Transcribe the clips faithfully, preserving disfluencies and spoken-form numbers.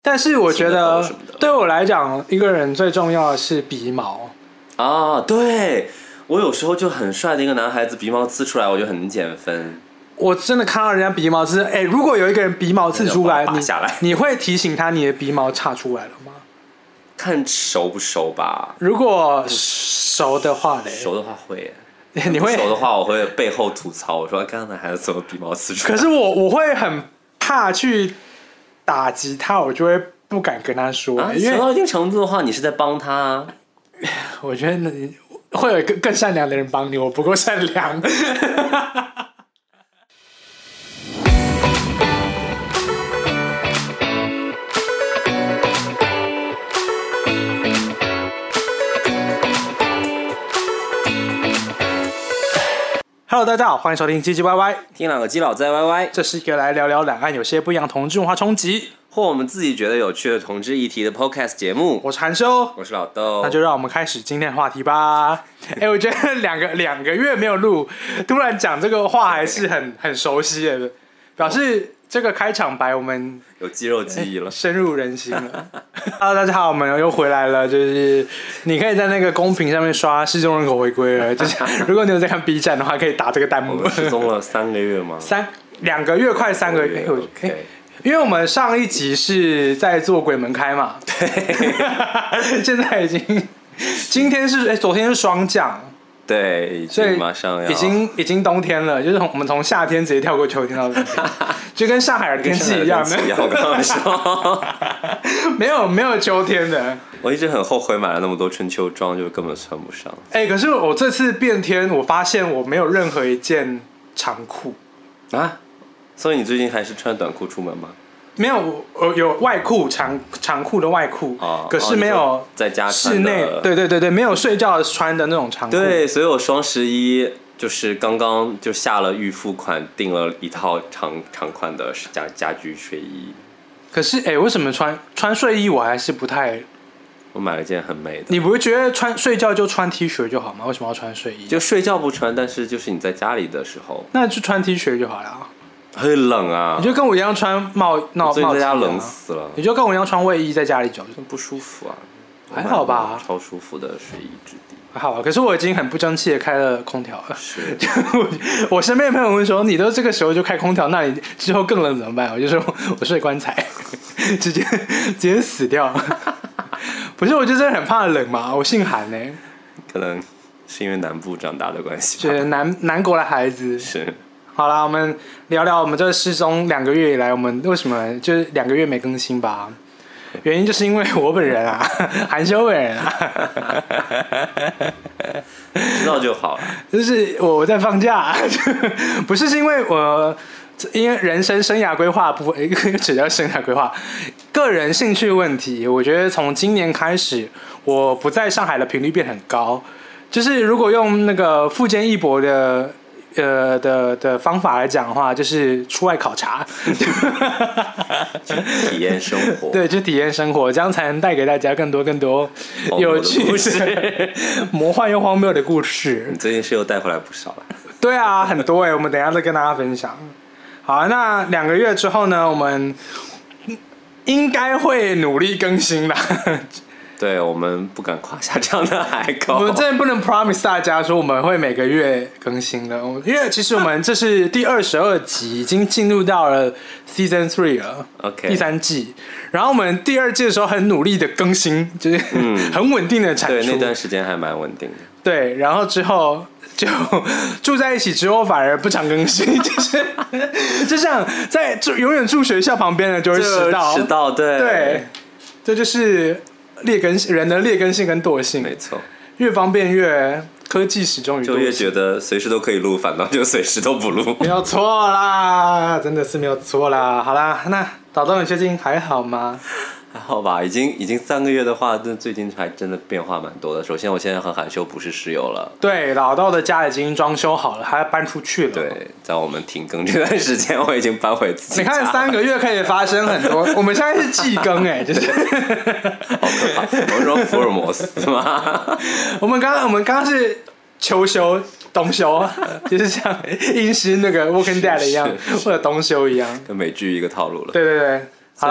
但是我觉得对我来讲，一个人最重要的是鼻毛啊。对，我有时候就很帅的一个男孩子鼻毛刺出来，我就很减分。 我真的看到人家鼻毛刺，哎，如果有一个人鼻毛刺出来， 你你会提醒他你的鼻毛岔出来了吗？ 看熟不熟吧。 如果熟的话嘞， 熟的话会。 你会熟的话，我会背后吐槽，我说刚刚男孩子怎么鼻毛刺出来？ 可是我我会很怕去打击他，我就会不敢跟他说。 啊，因为熟到一定程度的话，你是在帮他啊。 我觉得你会有一个更善良的人帮你，我不够善良。Hello， 大家好，欢迎收听唧唧歪歪， 听两个基佬在歪歪。 这是一个来聊聊两岸有些不一样同志文化冲击， 或我们自己觉得有趣的同志议题的 podcast 节目。 我是韩修， 我是老豆， 那就让我们开始今天的话题吧。哎、欸，我觉得两个两个月没有录，突然讲这个话还是很很熟悉的，表示这个开场白我们有肌肉记忆了， 深入人心了。Hello， 大家好，我们又回来了。就是你可以在那个公屏上面刷失踪人口回归了。就是如果你有在看 B 站的话，可以打这个弹幕。 我们失踪了三个月吗？ 三两个月，快三个月。 Okay, okay. 欸因为我们上一集是在做鬼门开嘛，对，现在已经，今天是哎、欸，昨天是霜降。 对，所以马上要已经已经冬天了，就是我们从夏天直接跳过秋天到冬天，就跟上海的天气一样的。 我刚刚说， 没有没有秋天的。 我一直很后悔买了那么多春秋装，就根本穿不上。 哎、欸，可是我这次变天，我发现我没有任何一件长裤啊，所以你最近还是穿短裤出门吗？ 没有，我有外裤，长长裤的外裤、哦，可是没有在家室内。对对对对，没有睡觉穿的那种长裤。 对，所以我双十一就是刚刚就下了预付款，订了一套长长款的家家居睡衣。 可是哎，为什么穿穿睡衣我还是不太？ 我买了一件很美的。 你不会觉得穿睡觉就穿 T 恤就好吗？为什么要穿睡衣？ 就睡觉不穿，但是就是你在家里的时候， 那就穿 T 恤就好了。 会冷啊！ 你就跟我一样穿帽帽帽，在家冷死了。 你就跟我一样穿卫衣在家里走， 不舒服啊。 还好吧， 超舒服的睡衣质地。 还好啊，可是我已经很不争气的开了空调了。 是， 我身边的朋友问说：“你都这个时候就开空调，那你之后更冷怎么办？”我就说：“我睡棺材，直接直接死掉。”不是，我就真的很怕冷嘛。我姓韩呢、欸， 可能是因为南部长大的关系吧。 就是南南国的孩子是。 好啦，我们聊聊我们这失踪两个月以来，我们为什么就是两个月没更新吧？原因就是因为我本人啊，韩修本人啊， 知道就好了。 就是我在放假，不是是因为我因为人生生涯规划部分，一个只叫生涯规划，个人兴趣问题，我觉得从今年开始，我不在上海的频率变很高。就是如果用那个富坚义博的。呃的的方法来讲的话，就是出外考察， 体验生活。 对，就体验生活，这样才能带给大家更多更多有趣的、魔幻又荒谬的故事。 你最近是又带回来不少了。 对啊，很多哎、欸，我们等一下再跟大家分享。好，那两个月之后呢，我们应该会努力更新啦。 对，我们不敢夸下这样的海口。 我们真的不能 promise 大家说我们会每个月更新的，因为其实我们这是第二十二集，已经进入到了 season three 了 ，OK， 第三季。然后我们第二季的时候很努力的更新，就是、嗯、很稳定的产出。 对，那段时间还蛮稳定的。 对，然后之后就住在一起之后反而不常更新，就是就像在住永远住学校旁边的就会迟到， 迟到，对对，这就是劣根人的劣根性跟惰性， 没错， 越方便越科技始终于就越觉得随时都可以录，反倒就随时都不录， 没有错啦，真的是没有错啦。好啦，那导导你最近还好吗？ 还好吧，已经已经三个月的话，这最近还真的变化蛮多的。首先，我现在和韩修不是室友了， 对，老道的家已经装修好了，还要搬出去了。 对，在我们停更这段时间，我已经搬回自己家。 你看，三个月可以发生很多。我们现在是季更哎、欸，就是， 好可怕。我们说福尔摩斯吗？ 我们刚刚我们刚刚是秋修。冬修就是像阴尸那个 Walking Dead 一样，或者冬修一样， 跟美剧一个套路了。 对对对， 所以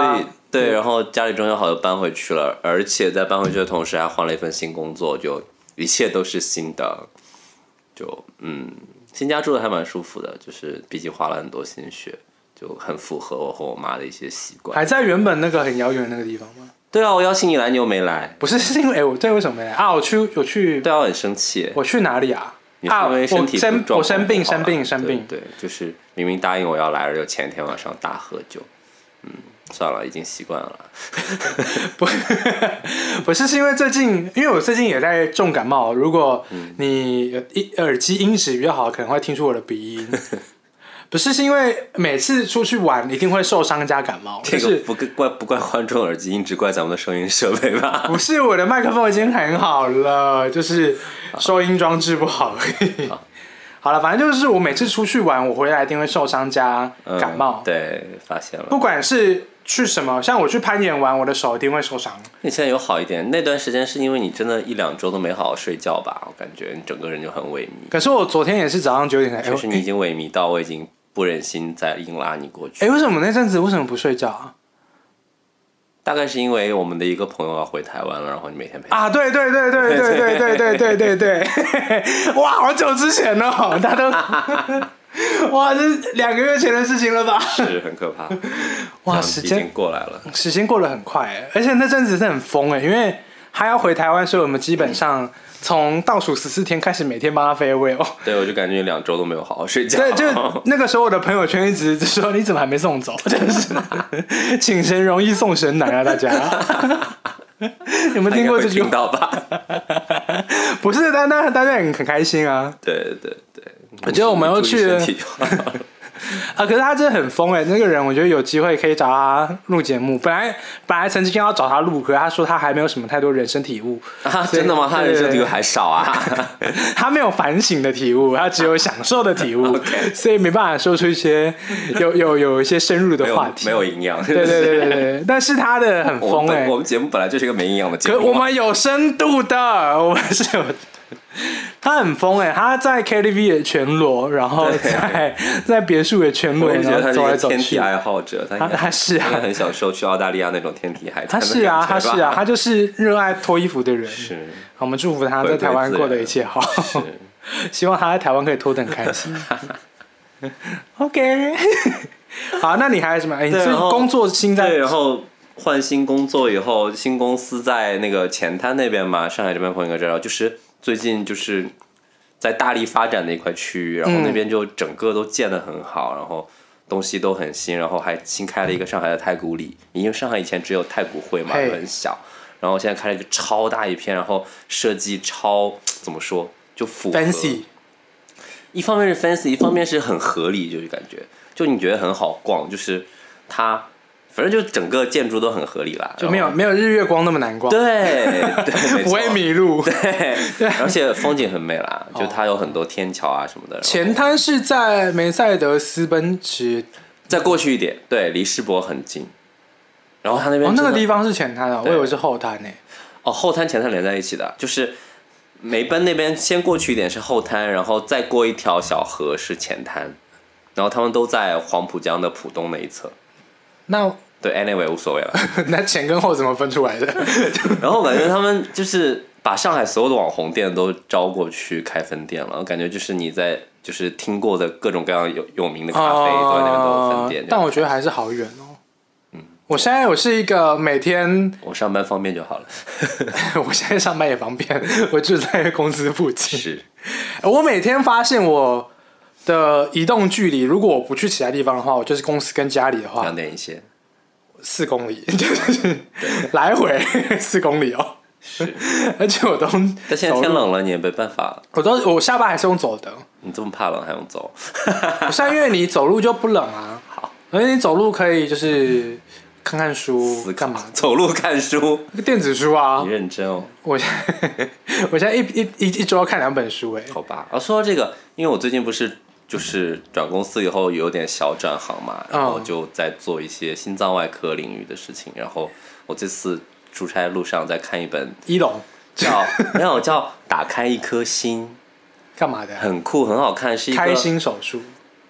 对，然后家里装修好就搬回去了，而且在搬回去的同时还换了一份新工作，就一切都是新的，就嗯，新家住的还蛮舒服的，就是毕竟花了很多心血，就很符合我和我妈的一些习惯。 还在原本那个很遥远的那个地方吗？ 对啊，我邀请你来，你又没来。 不是，是因为哎，我对为什么没来啊？我去，我去， 对啊，我很生气。 我去哪里啊？ 你是因为身体啊、我生我生病生病生病， 对，对，就是明明答应我要来了，就前天晚上大喝酒，嗯，算了，已经习惯了。 不，不是，是因为最近，因为我最近也在重感冒。如果你耳机音质比较好，可能会听出我的鼻音。不是，是因为每次出去玩一定会受伤加感冒。 这个不怪不怪观众耳机音质，怪咱们的收音设备吧？ 不是，我的麦克风已经很好了，就是收音装置不好而已。好, 好了，反正就是我每次出去玩，我回来一定会受伤加感冒。 嗯、对，发现了。 不管是去什么，像我去攀岩玩，我的手一定会受伤。 你现在有好一点？那段时间是因为你真的一两周都没好好睡觉吧？我感觉你整个人就很萎靡。 可是我昨天也是早上九点才， 就是你已经萎靡到我已经不忍心再硬拉你过去。 哎，为什么那阵子为什么不睡觉啊？ 大概是因为我们的一个朋友要回台湾了，然后你每天陪啊，对对对对对对对对对对对，哇，好久之前哦，他都，哇，这是两个月前的事情了吧？ 是很可怕。 哇，时间已经过来了， 时间过得很快，而且那阵子是很疯哎，因为他要回台湾，所以我们基本上从倒数十四天开始，每天帮他飞 away 哦。 对，我就感觉两周都没有好好睡觉。 对，就那个时候我的朋友圈一直说你怎么还没送走？真是请神容易送神难啊，大家。有没有听过这句话？ 听到吧？ 不是，但但大家很很开心啊。 对对对， 我觉得我们又去了。啊！可是他真的很疯哎，那个人我觉得有机会可以找他录节目。本来本来曾经要找他录，可是他说他还没有什么太多人生体悟啊！真的吗？他人生体悟还少啊？ 他没有反省的体悟，他只有享受的体悟， okay. 所以没办法说出一些有有有一些深入的话题， 没有营养。 对对对对对，但是他的很疯哎。 我们节目本来就是一个没营养的节目， 可我们有深度的，我们是有。他很疯哎，他在 K T V 也全裸，然后在在别墅也全裸， 然后走来走去。 天体爱好者，他他是啊， 他很享受去澳大利亚那种天体海滩。 他是啊，他是啊，他就是热爱脱衣服的人。 是， 我们祝福他在台湾过得一切好。希望他在台湾可以脱得很开心。OK， 好，那你还有什么？哎，你是工作新在？ 对，然后换新工作以后，新公司在那个前滩那边嘛，上海这边朋友应该知道，就是最近就是在大力发展的一块区域，然后那边就整个都建得很好，然后东西都很新，然后还新开了一个上海的太古里，因为上海以前只有太古汇嘛，就很小，然后现在开了一个超大一片，然后设计超怎么说就符合 fancy， 一方面是 fancy， 一方面是很合理，就是感觉就你觉得很好逛，就是它。反正就整个建筑都很合理啦， 就没有没有日月光那么难逛， 对对， 不会迷路， 对对，而且风景很美啦，就它有很多天桥啊什么的。 前滩是在梅赛德斯奔驰， 再过去一点，对，离世博很近。然后它那边哦，那个地方是前滩啊，我以为是后滩呢。 哦，后滩前滩连在一起的，就是梅奔那边先过去一点是后滩，然后再过一条小河是前滩，然后他们都在黄浦江的浦东那一侧。那对 ，anyway 无所谓了。 那前跟后怎么分出来的？ 然后感觉他们就是把上海所有的网红店都招过去开分店了，感觉就是你在就是听过的各种各样有有名的咖啡、呃、都在那边都有分店。 但我觉得还是好远哦。嗯，我现在我是一个每天我上班方便就好了。 我现在上班也方便，我住在公司附近。 是， 我每天发现我的移动距离，如果我不去其他地方的话，我就是公司跟家里的话， 两点一线， 四公里，就是来回四公里哦。 是， 而且我都， 但现在天冷了，你也没办法。 我都我下班还是用走的。 你这么怕冷还用走？ 不是，因为你走路就不冷啊。 好， 而且你走路可以就是看看书，干嘛？ 走路看书， 电子书啊。 你认真哦。 我现在我现在一一一一周要看两本书哎。 好吧，啊，说到这个，因为我最近不是。就是转公司以后有点小转行嘛，然后就在做一些心脏外科领域的事情。然后我这次出差路上在看一本医龙， 叫没有叫《打开一颗心》， 干嘛的？ 很酷，很好看，是一个开心手术。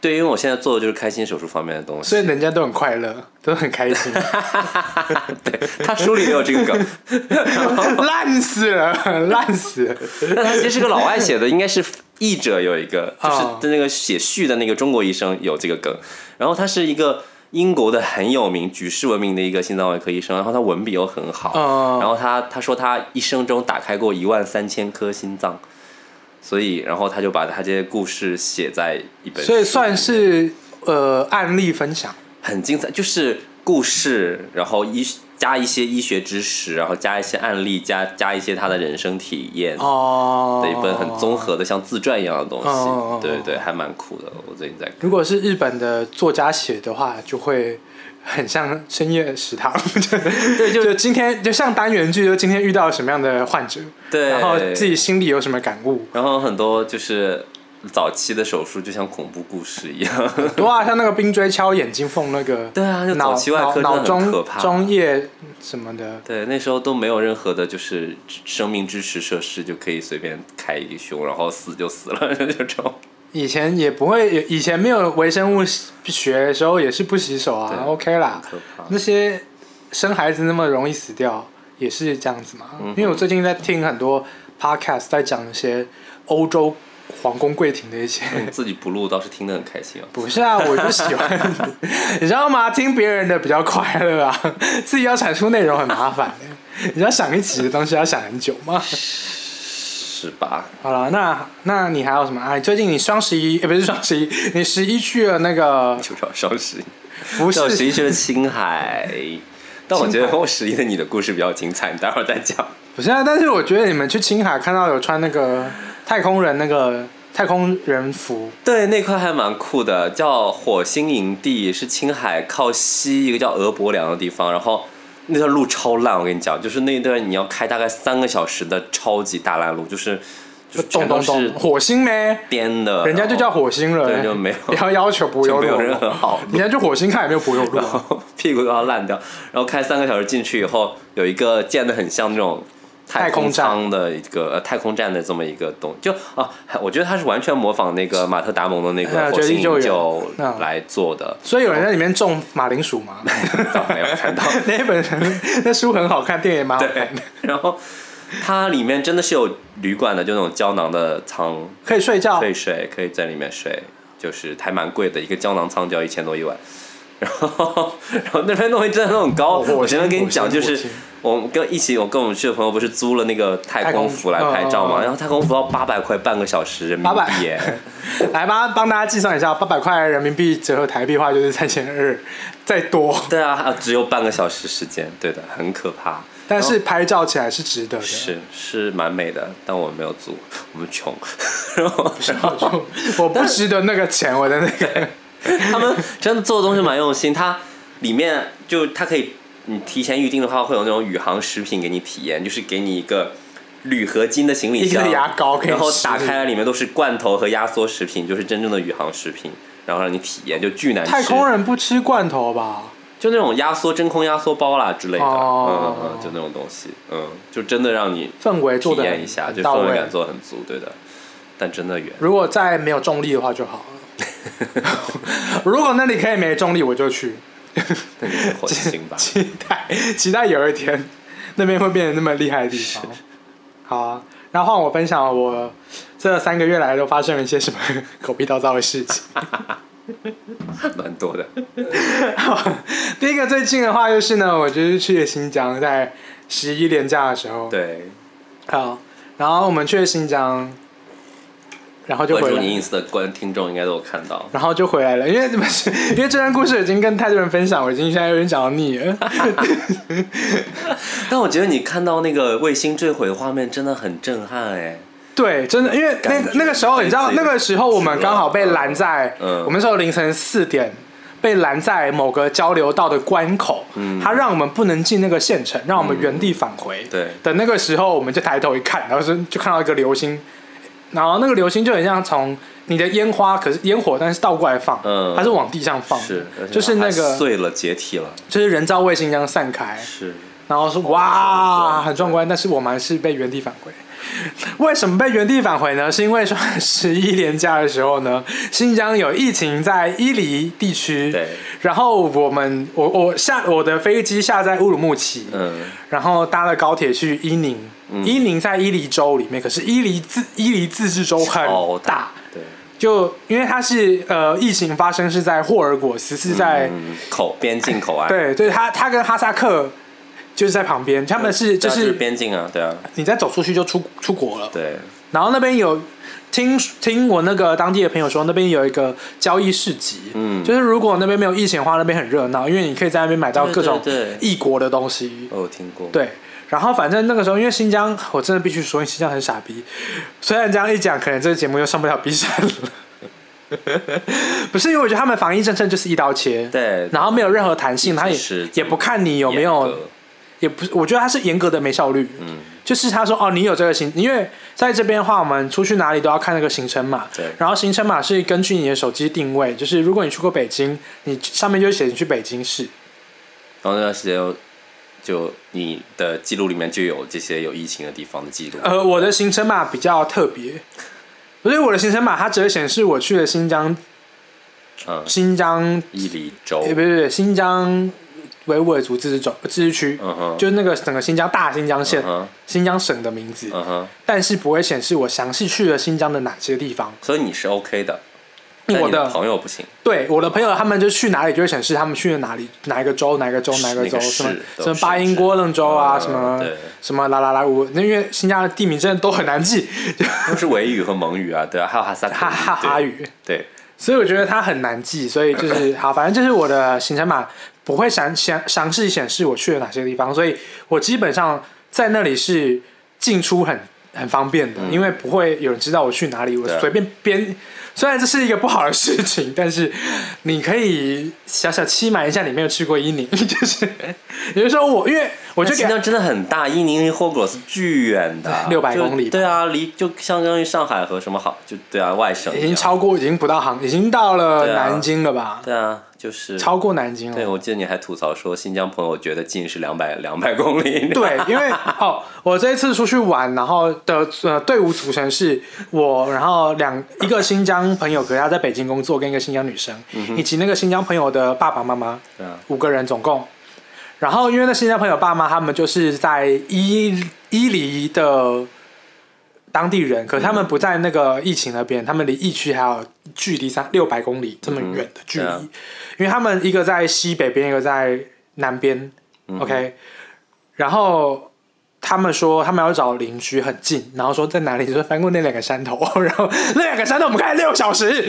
对，因为我现在做的就是开心手术方面的东西， 所以人家都很快乐，都很开心。 对，他书里也有这个梗， 烂死了，烂死了。 但他其实是个老外写的，应该是译者有一个，就是那个写序的那个中国医生有这个梗，然后他是一个英国的很有名、举世闻名的一个心脏外科医生，然后他文笔又很好， 嗯、 然后他他说他一生中打开过一万三千颗心脏。所以，然后他就把他这些故事写在一本书， 所以算是呃案例分享， 很精彩，就是故事，然后医加一些医学知识，然后加一些案例，加加一些他的人生体验哦的一本很综合的像自传一样的东西， 哦、 对对，还蛮酷的。我最近在看， 如果是日本的作家写的话，就会很像深夜食堂，对，就就今天就像单元剧，就今天遇到什么样的患者， 对， 然后自己心里有什么感悟， 然后很多就是早期的手术就像恐怖故事一样， 对啊，像那个冰锥敲眼睛缝那个， 对啊，就早期外科脑真的很可怕， 中叶什么的， 对，那时候都没有任何的就是生命支持设施，就可以随便开一个胸，然后死就死了，就这种。 以前也不会，以前没有微生物学的时候也是不洗手啊 ，OK 啦。那些生孩子那么容易死掉，也是这样子嘛。嗯、因为我最近在听很多 podcast 在讲一些欧洲皇宫柜亭的一些， 嗯、自己不录倒是听得很开心啊。 不是啊，我就喜欢，你知道吗？听别人的比较快乐啊，自己要产出内容很麻烦的。你要想一集的东西要想很久吗？ 是吧？ 好了，那那你还有什么？哎，最近你双十一，也不是双十一，你十一去了那个？ 就叫双十一， 不是十一去了青海。但我觉得我十一的你的故事比较精彩，你待会儿再讲。 不是啊，但是我觉得你们去青海看到有穿那个太空人那个太空人服， 对，那块还蛮酷的，叫火星营地，是青海靠西一个叫俄伯良的地方，然后。那段路超烂，我跟你讲，就是那段你要开大概三个小时的超级大烂路，就是就是全都是火星咩颠的， 人家就叫火星了， 对，就没有不要要求不用路， 没有任何好路， 人家就火星看也没有不用路， 然后屁股都要烂掉，然后开三个小时进去以后，有一个建的很像那种。太空舱的一个呃太空站的这么一个东就啊，我觉得它是完全模仿那个马特达蒙的那个火星营救来做的， 所以有人在里面种马铃薯吗？ 倒没有看到。 那本那书很好看，电影也蛮好看的。 然后它里面真的是有旅馆的，就那种胶囊的舱， 可以睡觉， 可以睡，可以在里面睡，就是还蛮贵的，一个胶囊舱就要一千多一晚。然后，然后那边东西真的很高。我前面跟你讲，就是我跟一起，我跟我们去的朋友不是租了那个太空服来拍照嘛？然后太空服要八百块半个小时人民币耶。 来帮帮大家计算一下，八百块人民币折合台币的话就是三千二，再多。 对啊，只有半个小时时间，对的，很可怕。 但是拍照起来是值得的， 是是蛮美的，但我们没有租，我们穷。 然后我不值得那个钱，我的那个。 他们真的做的东西蛮用心，它里面就它可以，你提前预定的话，会有那种宇航食品给你体验，就是给你一个铝合金的行李箱， 一个牙膏可以， 然后打开了里面都是罐头和压缩食品，就是真正的宇航食品，然后让你体验，就巨难吃。 太空人不吃罐头吧？ 就那种压缩真空压缩包啦之类的， 哦、 嗯嗯，就那种东西，嗯，就真的让你氛围做体验一下，就氛围感做得很足，对的。但真的远， 如果再没有重力的话就好了。如果那里可以没重力，我就去。 那你是火星吧？ 期待期待有一天那边会变成那么厉害的地方。好啊，然后换我分享我这三个月来都发生了一些什么狗屁倒灶的事情。 蛮多的。 第一个最近的话就是呢，我就是去了新疆，在十一连假的时候。 对。 好，然后我们去了新疆。然后就回来。 关注你 ins 的观听众应该都有看到。 然后就回来了，因为不是因为这段故事已经跟太多人分享，我已经现在有点讲到腻了。 但我觉得你看到那个卫星坠毁的画面真的很震撼哎。 对，真的，因为那那个时候你知道，那个时候我们刚好被拦在，嗯、我们那时候凌晨四点被拦在某个交流道的关口，嗯，他让我们不能进那个县城，让我们原地返回。 对、嗯。 的那个时候，我们就抬头一看，然后是就看到一个流星。然后那个流星就很像从你的烟花，可是烟火，但是倒过来放，嗯，它是往地上放， 是， 就是那个碎了解体了， 就是人造卫星这样散开， 是， 然后说哇很壮观，但是我们还是被原地返回。 为什么被原地返回呢？是因为十一连假的时候呢，新疆有疫情在伊犁地区， 对， 然后我们我我下我的飞机下在乌鲁木齐， 嗯， 然后搭了高铁去伊宁， 嗯、 伊宁在伊犁州里面，可是伊犁自伊犁自治州很大， 对。 就因为它是呃疫情发生是在霍尔果斯，是在、 嗯、口边境口岸， 对对，它它跟哈萨克就是在旁边，他们是就是边境啊，对啊， 你再走出去就出出国了， 对。 然后那边有听听我那个当地的朋友说，那边有一个交易市集，嗯，就是如果那边没有疫情的话，那边很热闹，因为你可以在那边买到各种异国的东西。 我有听过， 对。然后反正那个时候，因为新疆，我真的必须说，新疆很傻逼。虽然这样一讲，可能这个节目又上不了 B 站了。不是因为我觉得他们防疫政策就是一刀切， 对， 然后没有任何弹性，他也也不看你有没有，也不是，我觉得他是严格的没效率。嗯，就是他说哦，你有这个行，因为在这边的话，我们出去哪里都要看那个行程码， 对， 然后行程码是根据你的手机定位，就是如果你去过北京，你上面就写你去北京市， 然后那段时间。就你的记录里面就有这些有疫情的地方的记录。 呃，我的行程码比较特别，所以我的行程码它只会显示我去了新疆， 嗯， 新疆伊犁州， 欸、不是不是新疆维吾尔族自治州自治区，嗯哼，就是那个整个新疆大新疆县、嗯、新疆省的名字，嗯哼，但是不会显示我详细去了新疆的哪些地方。 所以你是 OK 的。 我的朋友不行， 对我的朋友，他们就去哪里就会显示他们去了哪里，哪一个州，哪一个州，哪一个州，什么什么巴音郭楞州啊，什么什么啦啦啦乌，那因为新疆的地名真的都很难记， 都是维语和蒙语啊，对啊，还有哈萨克哈哈哈语， 对， 所以我觉得它很难记，所以就是好，反正就是我的行程码不会详详详细显示我去了哪些地方，所以我基本上在那里是进出很很方便的，嗯、因为不会有人知道我去哪里，我随便编。虽然这是一个不好的事情，但是你可以小小欺瞒一下你没有去过伊宁，就是也就是说我因为我就新疆真的很大，伊宁离霍尔果斯巨远的， 六百公里， 对啊，离就相当于上海和什么好，就对啊，外省已经超过，已经不到杭，已经到了南京了吧？ 对啊，就是超过南京了。 对，我记得你还吐槽说新疆朋友觉得近是两百两百公里。 对，因为哦，我这一次出去玩，然后的呃队伍组成是我，然后两一个新疆朋友，可是他在北京工作，跟一个新疆女生，嗯、以及那个新疆朋友的爸爸妈妈， 对啊， 五个人总共。然后因为那新疆朋友爸妈他们就是在伊伊犁的当地人，可是他们不在那个疫情那边，他们离疫区还有距离三六百公里这么远的距离，嗯、因为他们一个在西北边，一个在南边、嗯、，OK， 然后。他们说他们要找邻居很近，然后说在哪里，就说翻过那两个山头，然后那两个山头我们开了六小时，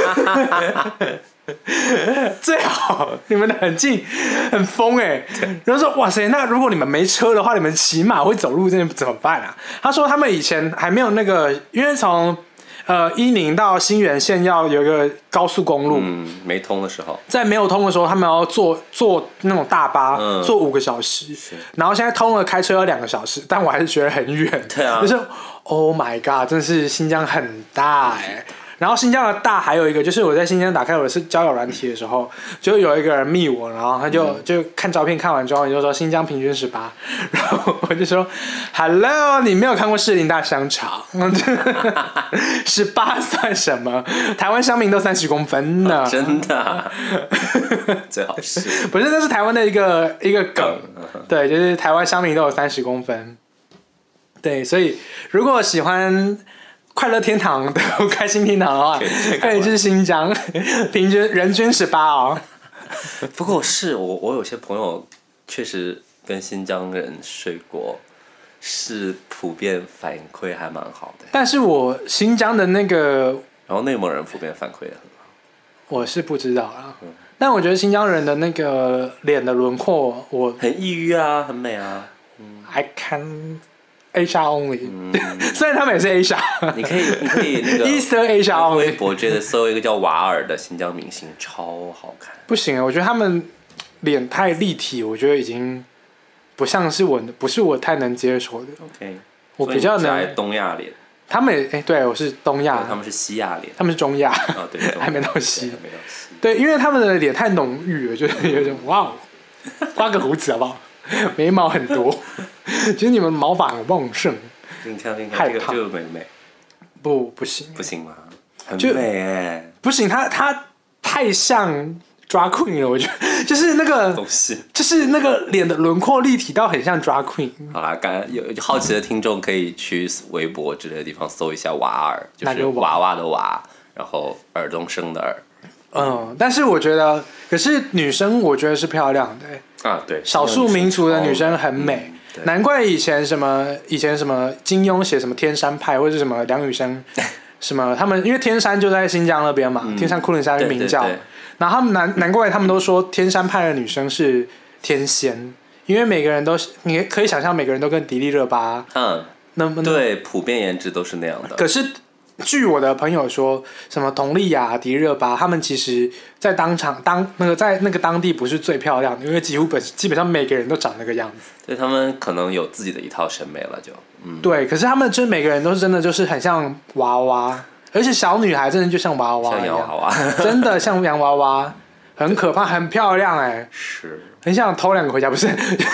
最好你们的很近，很疯哎、欸。然后说哇塞，那如果你们没车的话，你们骑马会走路，这怎么办啊？他说他们以前还没有那个，因为从呃伊宁到新源县要有一个高速公路， 嗯，没通的时候， 在没有通的时候，他们要坐坐那种大巴，嗯、坐五个小时，然后现在通了，开车要两个小时，但我还是觉得很远。 对啊， 就是 Oh my God， 真是新疆很大哎、欸。然后新疆的大还有一个，就是我在新疆打开我的交友软体的时候，就有一个人密我，然后他就、嗯、就看照片看完之后，你就说新疆平均十八，然后我就说 Hello， 你没有看过士林大香肠，十八算什么？台湾乡民都三十公分呢、 哦，真的、啊，最好是不是？那是台湾的一个一个梗，对，就是台湾乡民都有三十公分，对，所以如果喜欢。快乐天堂的开心天堂的话，可以去新疆，平均人均十八哦。 不过是我我有些朋友确实跟新疆人睡过，是普遍反馈还蛮好的。 但是我新疆的那个， 然后内蒙人普遍反馈也很好， 我是不知道啦。嗯、但我觉得新疆人的那个脸的轮廓，我很抑郁啊，很美啊。 嗯 I can。Asia only，、嗯、虽然他们也是 Asia， 你可以你可以那个 Easter Asia only。 微博觉得搜一个叫瓦尔的新疆明星，超好看。 不行，我觉得他们脸太立体，我觉得已经不像是我，不是我太能接受的。 OK， 我比较能东亚脸。 他们哎、欸，对我是东亚， 他们是西亚脸， 他们是中亚， 哦对， 还没到西， 还没到西。 对，因为他们的脸太浓郁了，就是有种哇哦，刮个胡子好不好？眉毛很多，其实你们毛发很旺盛。 给你看，给你看，这个这个美美， 不不行， 不行吗？很就美哎， 不行，他他太像 drag queen 了，我觉得就是那个东西， 就是那个脸的轮廓立体到很像 drag queen。 好啦，刚有好奇的听众可以去微博之类的地方搜一下娃儿，就是娃娃的娃，然后尔冬升的尔。 嗯，但是我觉得，可是女生我觉得是漂亮的、欸、 啊，对， 少数民族的女生很美， 嗯、 难怪以前什么以前什么金庸写什么天山派或者什么梁羽生什么他们，因为天山就在新疆那边嘛，嗯、天山库伦山是明教，对对对，然后他们难难怪他们都说天山派的女生是天仙，因为每个人都你可以想象每个人都跟迪丽热巴， 嗯， 那对，普遍颜值都是那样的， 可是。据我的朋友说，什么佟丽娅、迪丽热巴，他们其实，在当场当那个在那个当地不是最漂亮的，因为几乎本基本上每个人都长那个样子。 所以他们可能有自己的一套审美了就，嗯， 对。可是他们就是每个人都是真的就是很像娃娃，而且小女孩真的就像娃娃一样， 像洋娃娃， 真的像洋娃娃，很可怕，很漂亮哎、欸， 是， 很想偷两个回家，不是？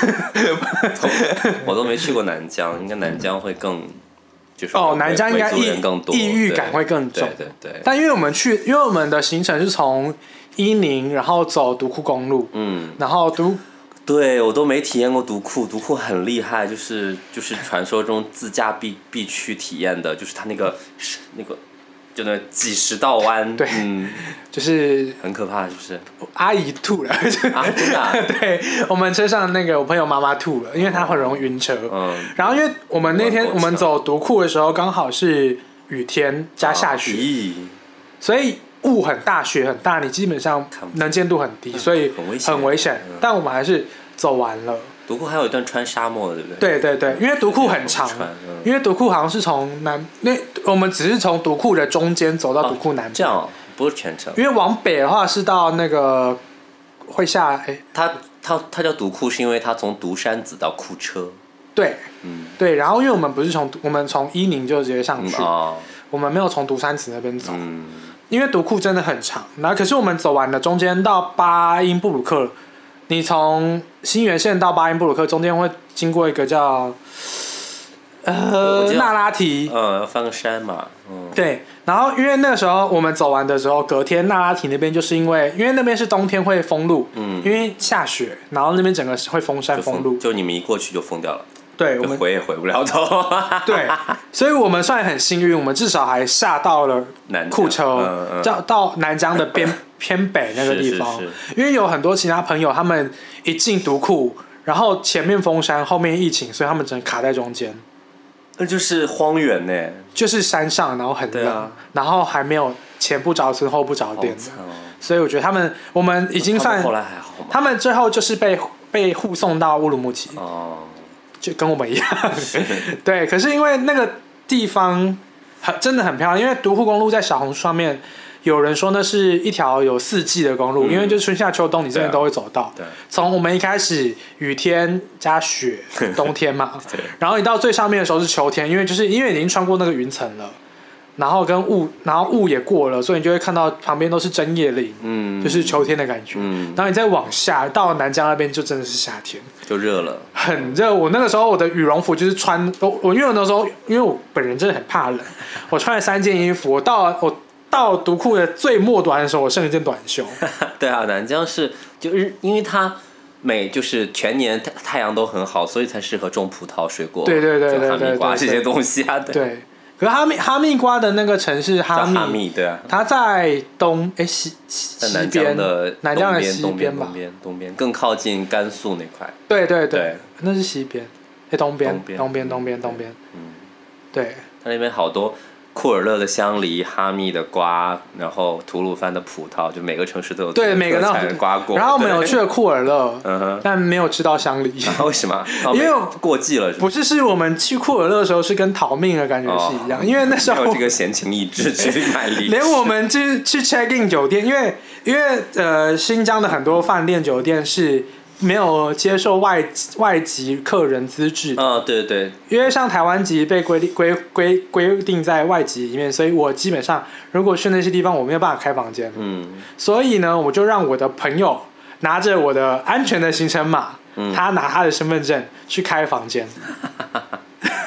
我都没去过南疆，应该南疆会更。就是哦，南疆应该抑抑郁感会更重， 对对对。 但因为我们去，因为我们的行程是从伊宁，然后走独库公路， 嗯， 然后独， 对我都没体验过独库，独库很厉害，就是就是传说中自驾必必去体验的，就是它那个那个就那几十道弯， 对， 嗯， 就是很可怕，就是阿姨吐了， 啊，真的、啊， 对我们车上那个我朋友妈妈吐了，因为她很容易晕车，嗯，然后因为我们那天我们走独库的时候刚好是雨天加下雪， 啊、 所以雾很大，雪很大，你基本上能见度很低，所以很危险，嗯、但我们还是走完了。 独库还有一段穿沙漠的，对不对？ 对对对，因为独库很长，嗯、因为独库好像是从南，那我们只是从独库的中间走到独库南边、 哦，这样、哦、不是全程。 因为往北的话是到那个会下，哎， 它它它叫独库，是因为它从独山子到库车。 对， 嗯， 对，然后因为我们不是从我们从伊宁就直接上去， 嗯哦、 我们没有从独山子那边走， 嗯， 因为独库真的很长，然后可是我们走完了中间到巴音布鲁克。你从新源县到巴音布鲁克中间会经过一个叫呃那拉提， 呃翻个山嘛，嗯， 对。然后因为那个时候我们走完的时候，隔天那拉提那边就是因为因为那边是冬天会封路，嗯，因为下雪，然后那边整个会封山封路， 就你们一过去就封掉了。 对，我们回也回不了头。 对，所以我们算很幸运，我们至少还下到了库车， 嗯嗯、 到到南疆的边偏北那个地方。 是是是， 因为有很多其他朋友，他们一进独库，然后前面封山，后面疫情，所以他们只能卡在中间。 那就是荒原呢， 就是山上，然后很冷，啊、然后还没有前不着村后不着店的，哦、所以我觉得他们我们已经算， 后来还好吗？ 他们最后就是被被护送到乌鲁木齐。 哦。 就跟我们一样，对。可是因为那个地方很真的很漂亮，因为独库公路在小红书上面有人说那是一条有四季的公路，嗯、因为就春夏秋冬你真的都会走到。 对。 从我们一开始雨天加雪，冬天嘛，然后你到最上面的时候是秋天，因为就是因为已经穿过那个云层了。然后跟雾，然后雾也过了，所以你就会看到旁边都是针叶林，嗯，就是秋天的感觉。嗯，然后你再往下到南疆那边，就真的是夏天， 就热了， 很热。我那个时候我的羽绒服就是穿，我我因为我那时候因为我本人真的很怕冷，我穿了三件衣服。我到我到独库的最末端的时候，我剩一件短袖。 对啊，南疆是就是因为它每就是全年太太阳都很好，所以才适合种葡萄水果， 对对对对对， 哈密瓜这些东西啊，对。 对可是哈密哈密瓜的那个城市哈密， 哈密对啊， 它在东哎西西南疆的南疆的西边吧， 东边东边更靠近甘肃那块。 对对 对, 对， 那是西边，哎东边东边东边东边东边，嗯，对， 它那边好多库尔勒的香梨、哈密的瓜，然后吐鲁番的葡萄，就每个城市都有对每个特产的瓜果。 然后我们有去了库尔勒， 嗯、 但没有吃到香梨。 啊、为什么？ 因为过季了是不是？不是，是我们去库尔勒的时候是跟逃命的感觉是一样，哦、因为那时候没有这个闲情逸致去买梨。 连我们去去 check in 酒店，因为因为呃新疆的很多饭店酒店是。没有接受外外籍客人资质的， 嗯、哦，对对， 因为像台湾籍被规定规规规定在外籍里面，所以我基本上如果去那些地方，我没有办法开房间，嗯，所以呢，我就让我的朋友拿着我的安全的行程码，嗯、他拿他的身份证去开房间，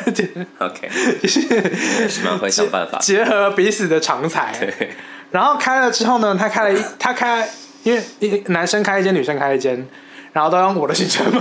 OK， 就是是蛮会想办法， 结合彼此的长才。 对， 然后开了之后呢，他开了一，他开，因为一男生开一间，女生开一间，然后都用我的行程码。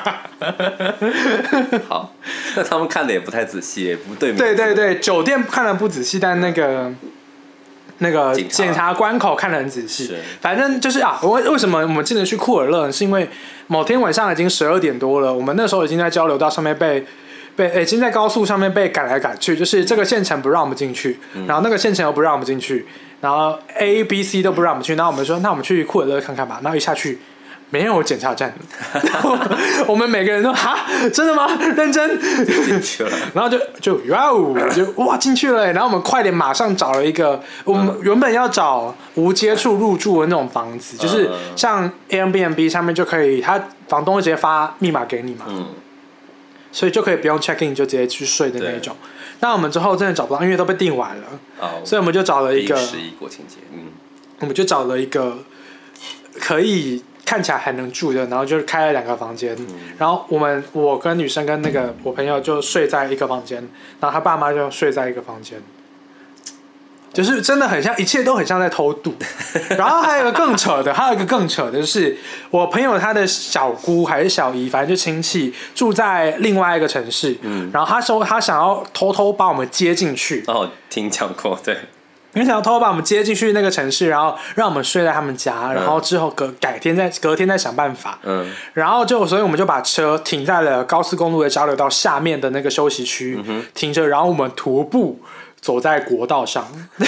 好，那他们看的也不太仔细，也不对。 对对对，酒店看的不仔细，但那个。那个检查关口看得很仔细，反正就是啊，为为什么我们进得去库尔勒，是因为某天晚上已经十二点多了，我们那时候已经在交流道上面被被已经在高速上面被赶来赶去，就是这个县城不让我们进去，然后那个县城又不让我们进去，然后 A、B、C 都不让我们去，然后我们说那我们去库尔勒看看吧，然后一下去。没有检查站，然后我们每个人都哈，真的吗？认真进去了， 然后就就哇哦，就哇进去了，然后我们快点马上找了一个，我们原本要找无接触入住的那种房子，就是像 Airbnb 上面就可以，他房东会直接发密码给你嘛， 嗯， 所以就可以不用 check in 就直接去睡的那一种。那我们之后真的找不到，因为都被订完了，哦，所以我们就找了一个十一国庆节，嗯， 我们就找了一个可以。看起来还能住的，然后就开了两个房间，嗯、然后我们我跟女生跟那个我朋友就睡在一个房间，然后他爸妈就睡在一个房间，就是真的很像，一切都很像在偷渡。然后还有一个更扯的，还有一个更扯的就是我朋友他的小姑还是小姨，反正就亲戚住在另外一个城市，嗯，然后他说他想要偷偷把我们接进去。 哦，听讲过，对。 因为想要偷偷把我们接进去那个城市，然后让我们睡在他们家，然后之后隔改天再隔天再想办法。嗯，然后就所以我们就把车停在了高速公路的交流道下面的那个休息区，嗯、停着，然后我们徒步走在国道上，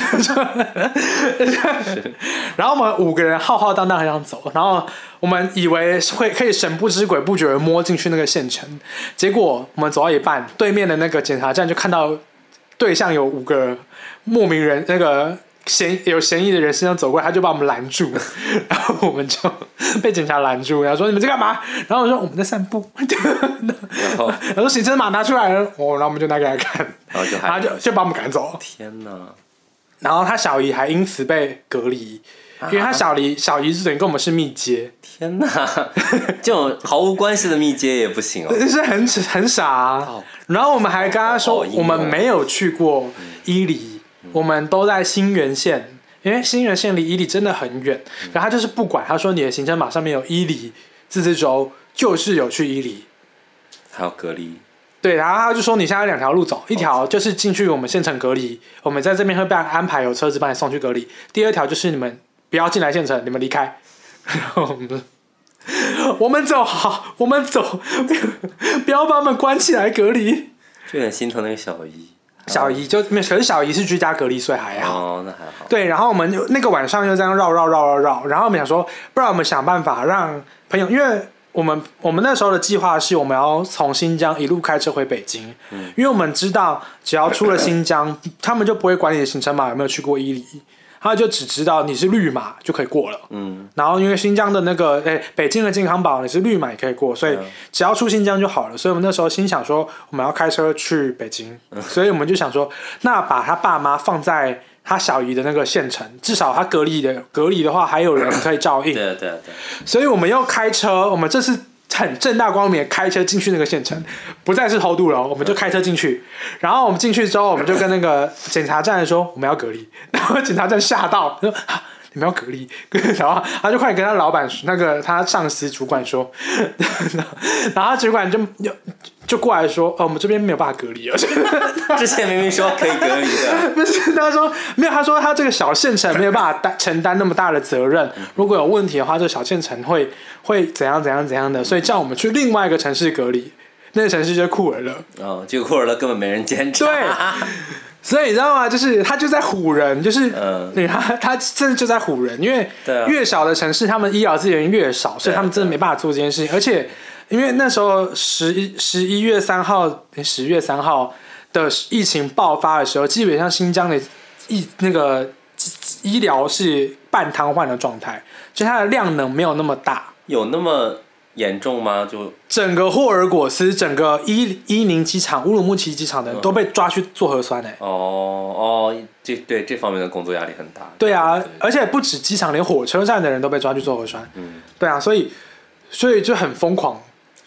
然后我们五个人浩浩荡荡很想走，然后我们以为会可以神不知鬼不觉地摸进去那个县城，结果我们走到一半，对面的那个检查站就看到对象有五个。莫名人那个嫌有嫌疑的人身上走过来，他就把我们拦住，然后我们就被警察拦住，然后说你们在干嘛？然后我说我们在散步，然后然后行程码拿出来了，哦，然后我们就拿给他看， 然后就然后就就把我们赶走。 天哪！ 然后他小姨还因此被隔离，啊、因为他小姨小姨是等于跟我们是密接。 天哪！这种毫无关系的密接也不行哦， 是很很傻、啊。哦、然后我们还跟他说，我们没有去过伊犁。我们都在新源县，因为新源县离伊犁真的很远，然后他就是不管，他说你的行程码上面有伊犁自治州，就是有去伊犁， 还有隔离。 对，然后他就说你现在有两条路走，一条就是进去我们县城隔离，我们在这边会被安排有车子把你送去隔离；第二条就是你们不要进来县城，你们离开。然后我们我们走好，我们走，不要把我们关起来隔离。 就很心疼那个小姨。 小姨就可是小姨是居家隔离，所以还好。 哦，那还好。 对，然后我们那个晚上又这样绕绕绕绕绕，然后我们想说，不然我们想办法让朋友，因为我们我们那时候的计划是我们要从新疆一路开车回北京，嗯、因为我们知道只要出了新疆，他们就不会管你的行程码有没有去过伊犁。他就只知道你是绿码就可以过了，嗯，然后因为新疆的那个，哎，北京的健康宝你是绿码也可以过，所以只要出新疆就好了。所以我们那时候心想说，我们要开车去北京，嗯、所以我们就想说，那把他爸妈放在他小姨的那个县城，至少他隔离的隔离的话，还有人可以照应。 对对对。 所以我们又开车，我们这次很正大光明的开车进去那个县城，不再是偷渡了，我们就开车进去。然后我们进去之后，我们就跟那个检查站说我们要隔离，然后检查站吓到说啊你们要隔离，然后他就快点跟他老板那个他上司主管说，然后他主管就就过来说，哦，我们这边没有办法隔离了。 之前明明说可以隔离的， 不是他说没有，他说他这个小县城没有办法担承担那么大的责任，如果有问题的话，这个小县城会会怎样怎样怎样的，所以叫我们去另外一个城市隔离，那个城市就是库尔勒。 哦，结果库尔勒根本没人监察。 对。所以你知道吗？就是他就在唬人，就是、嗯、他他真的就在唬人，因为越小的城市，他们医疗资源越少，所以他们真的没办法做这件事情。而且因为那时候十一十一月三号、十月三号的疫情爆发的时候，基本上新疆的医那个医疗是半瘫痪的状态，就它的量能没有那么大。 有那么严重吗？就整个霍尔果斯、整个伊伊宁机场、乌鲁木齐机场的人都被抓去做核酸、欸、 哦哦，这对这方面的工作压力很大。 对啊，对，而且不止机场，连火车站的人都被抓去做核酸。嗯，对啊，所以所以就很疯狂。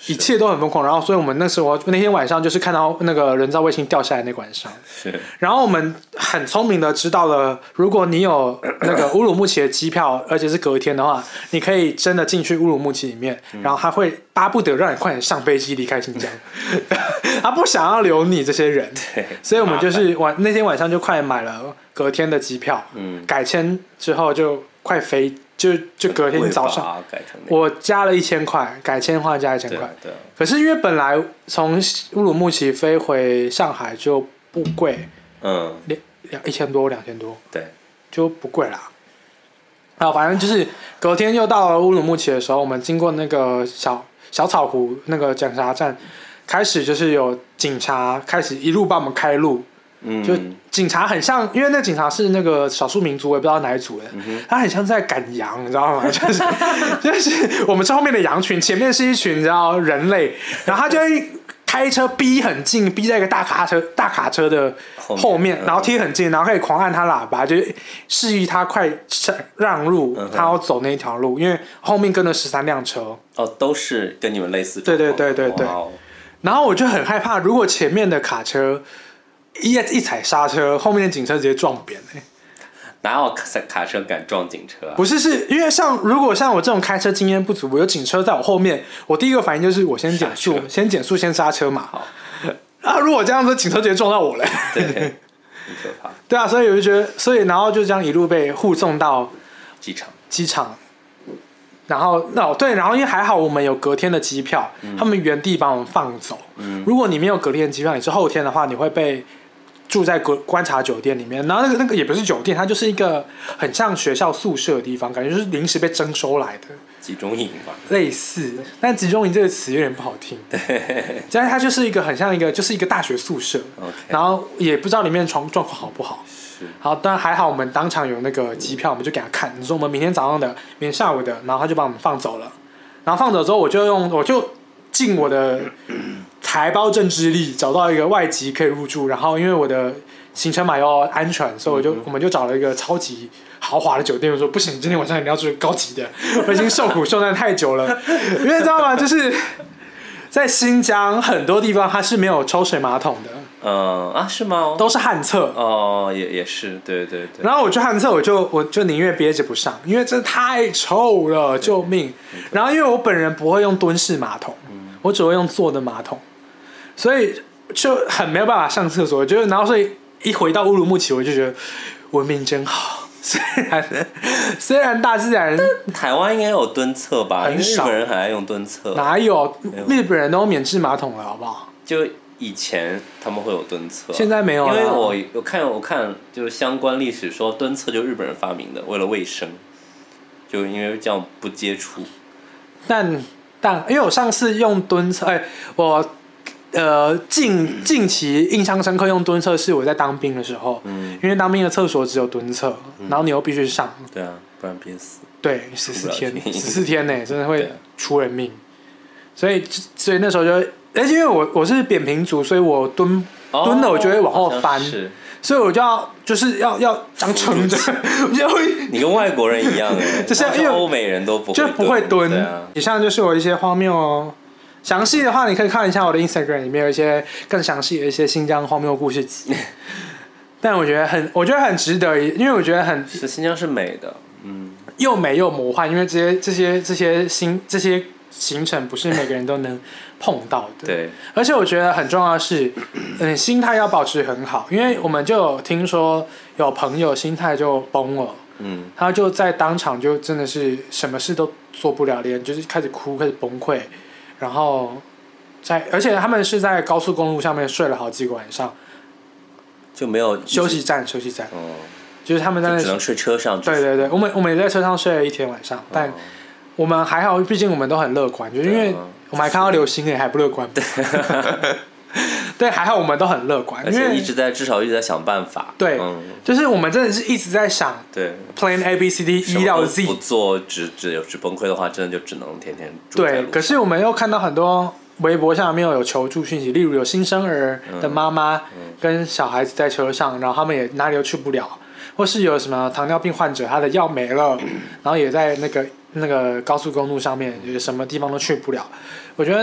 一切都很疯狂。然后，所以我们那时候那天晚上就是看到那个人造卫星掉下来那个晚上。 是。 然后我们很聪明的知道了，如果你有那个乌鲁木齐的机票，而且是隔天的话，你可以真的进去乌鲁木齐里面，嗯、然后他会巴不得让你快点上飞机离开新疆，他不想要留你这些人。 对。 所以我们就是晚那天晚上就快买了隔天的机票，嗯，改签之后就快飞。就就隔天早上，我加了一千块，改签的话加一千块。 对。 可是因为本来从乌鲁木齐飞回上海就不贵， 嗯， 两两一千多，两千多， 对， 就不贵啦。啊，反正就是隔天又到了乌鲁木齐的时候，我们经过那个小小草湖那个检查站，开始就是有警察开始一路帮我们开路。 嗯， 就警察很像，因为那警察是那个少数民族，我也不知道哪一族的，嗯、他很像在赶羊，你知道吗？就是就是我们是后面的羊群，前面是一群你知道人类，然后他就会开车逼很近，逼在一个大卡车大卡车的后面，然后贴很近，然后可以狂按他喇叭，就示意他快让路，他要走那一条路，因为后面跟了十三辆车。 哦，都是跟你们类似。 对对对对对。然后我就很害怕，如果前面的卡车。一一踩刹车，后面的警车直接撞扁、欸、 哪有卡车敢撞警车、啊？ 不是，是因为像如果像我这种开车经验不足，我有警车在我后面，我第一个反应就是我先减速，先减速，先刹车嘛。好啊，如果这样子，警车直接撞到我了， 对，很可怕。 对啊，所以我就觉得，所以然后就这样一路被护送到机场， 机场。然后哦对，然后因为还好我们有隔天的机票，嗯、他们原地把我们放走。嗯、如果你没有隔天的机票，你是后天的话，你会被住在观察酒店里面。然后那个那个也不是酒店，它就是一个很像学校宿舍的地方，感觉就是临时被征收来的集中营吧， 类似。但集中营这个词有点不好听，对，但是它就是一个很像一个就是一个大学宿舍。 Okay. 然后也不知道里面的状状况好不好。好，但还好我们当场有那个机票，我们就给他看，你说我们明天早上的，明天下午的，然后他就把我们放走了。然后放走之后，我就用我就尽我的台胞证之力找到一个外籍可以入住，然后因为我的行程码要安全，所以我就、嗯、我们就找了一个超级豪华的酒店。我说不行，今天晚上一定要住高级的，我已经受苦受难太久了，因为知道吗？就是在新疆很多地方它是没有抽水马桶的。 嗯啊，是吗？ 都是旱厕哦，也也是，对对对。 然后我去旱厕，我就我就宁愿憋着不上，因为真的太臭了，救命！然后因为我本人不会用蹲式马桶，嗯、我只会用坐的马桶，所以就很没有办法上厕所。就然后所以一回到乌鲁木齐，我就觉得文明真好。虽然虽然大自然， 台湾应该有蹲厕吧？因为日本人很爱用蹲厕。 哪有？日本人都有免治马桶了，好不好？ 就。以前他们会有蹲厕， 现在没有了。 因为我有看，我看就是相关历史说蹲厕就日本人发明的，为了卫生，就因为这样不接触。 但但因为我上次用蹲厕，哎，我呃近近期印象深刻用蹲厕是我在当兵的时候，嗯，因为当兵的厕所只有蹲厕，嗯、然后你又必须上， 对啊，不然憋死。 对，十四天，十四天呢，真的会出人命。所以所以那时候就。而且因为我我是扁平足，所以我蹲、哦、蹲了我就会往后翻，所以我就要就是要要这样撑着，就会你跟外国人一样哎， 就是因为欧美人都不会就不会蹲。 啊、 以上就是我一些荒谬哦，详细的话你可以看一下我的 Instagram 里面有一些更详细的一些新疆荒谬故事集，但我觉得很我觉得很值得，因为我觉得很是新疆是美的，嗯， 又美又魔幻，因为这些这些这些新这些行程不是每个人都能。碰到的， 对， 而且我觉得很重要的是，嗯，心态要保持很好，因为我们就有听说有朋友心态就崩了，嗯，他就在当场就真的是什么事都做不了，连就是开始哭，开始崩溃，然后在，而且他们是在高速公路上面睡了好几个晚上， 就没有休息站，休息站，哦，就是他们在那只能睡车上， 对对对，我们我们也在车上睡了一天晚上，但我们还好，毕竟我们都很乐观，就是因为。我们还看到流星也还不乐观，对，对，还好我们都很乐观， 而且一直在至少一直在想办法， 对，嗯、就是我们真的是一直在想， 对 ，Plan A B C D E 到 Z， 不做只只有只崩溃的话，真的就只能天天住在路上。 对，可是我们又看到很多微博上面有求助讯息，例如有新生儿的妈妈跟小孩子在车上，然后他们也哪里都去不了，或是有什么糖尿病患者他的药没了，然后也在那个。那个高速公路上面有什么地方都去不了，我觉得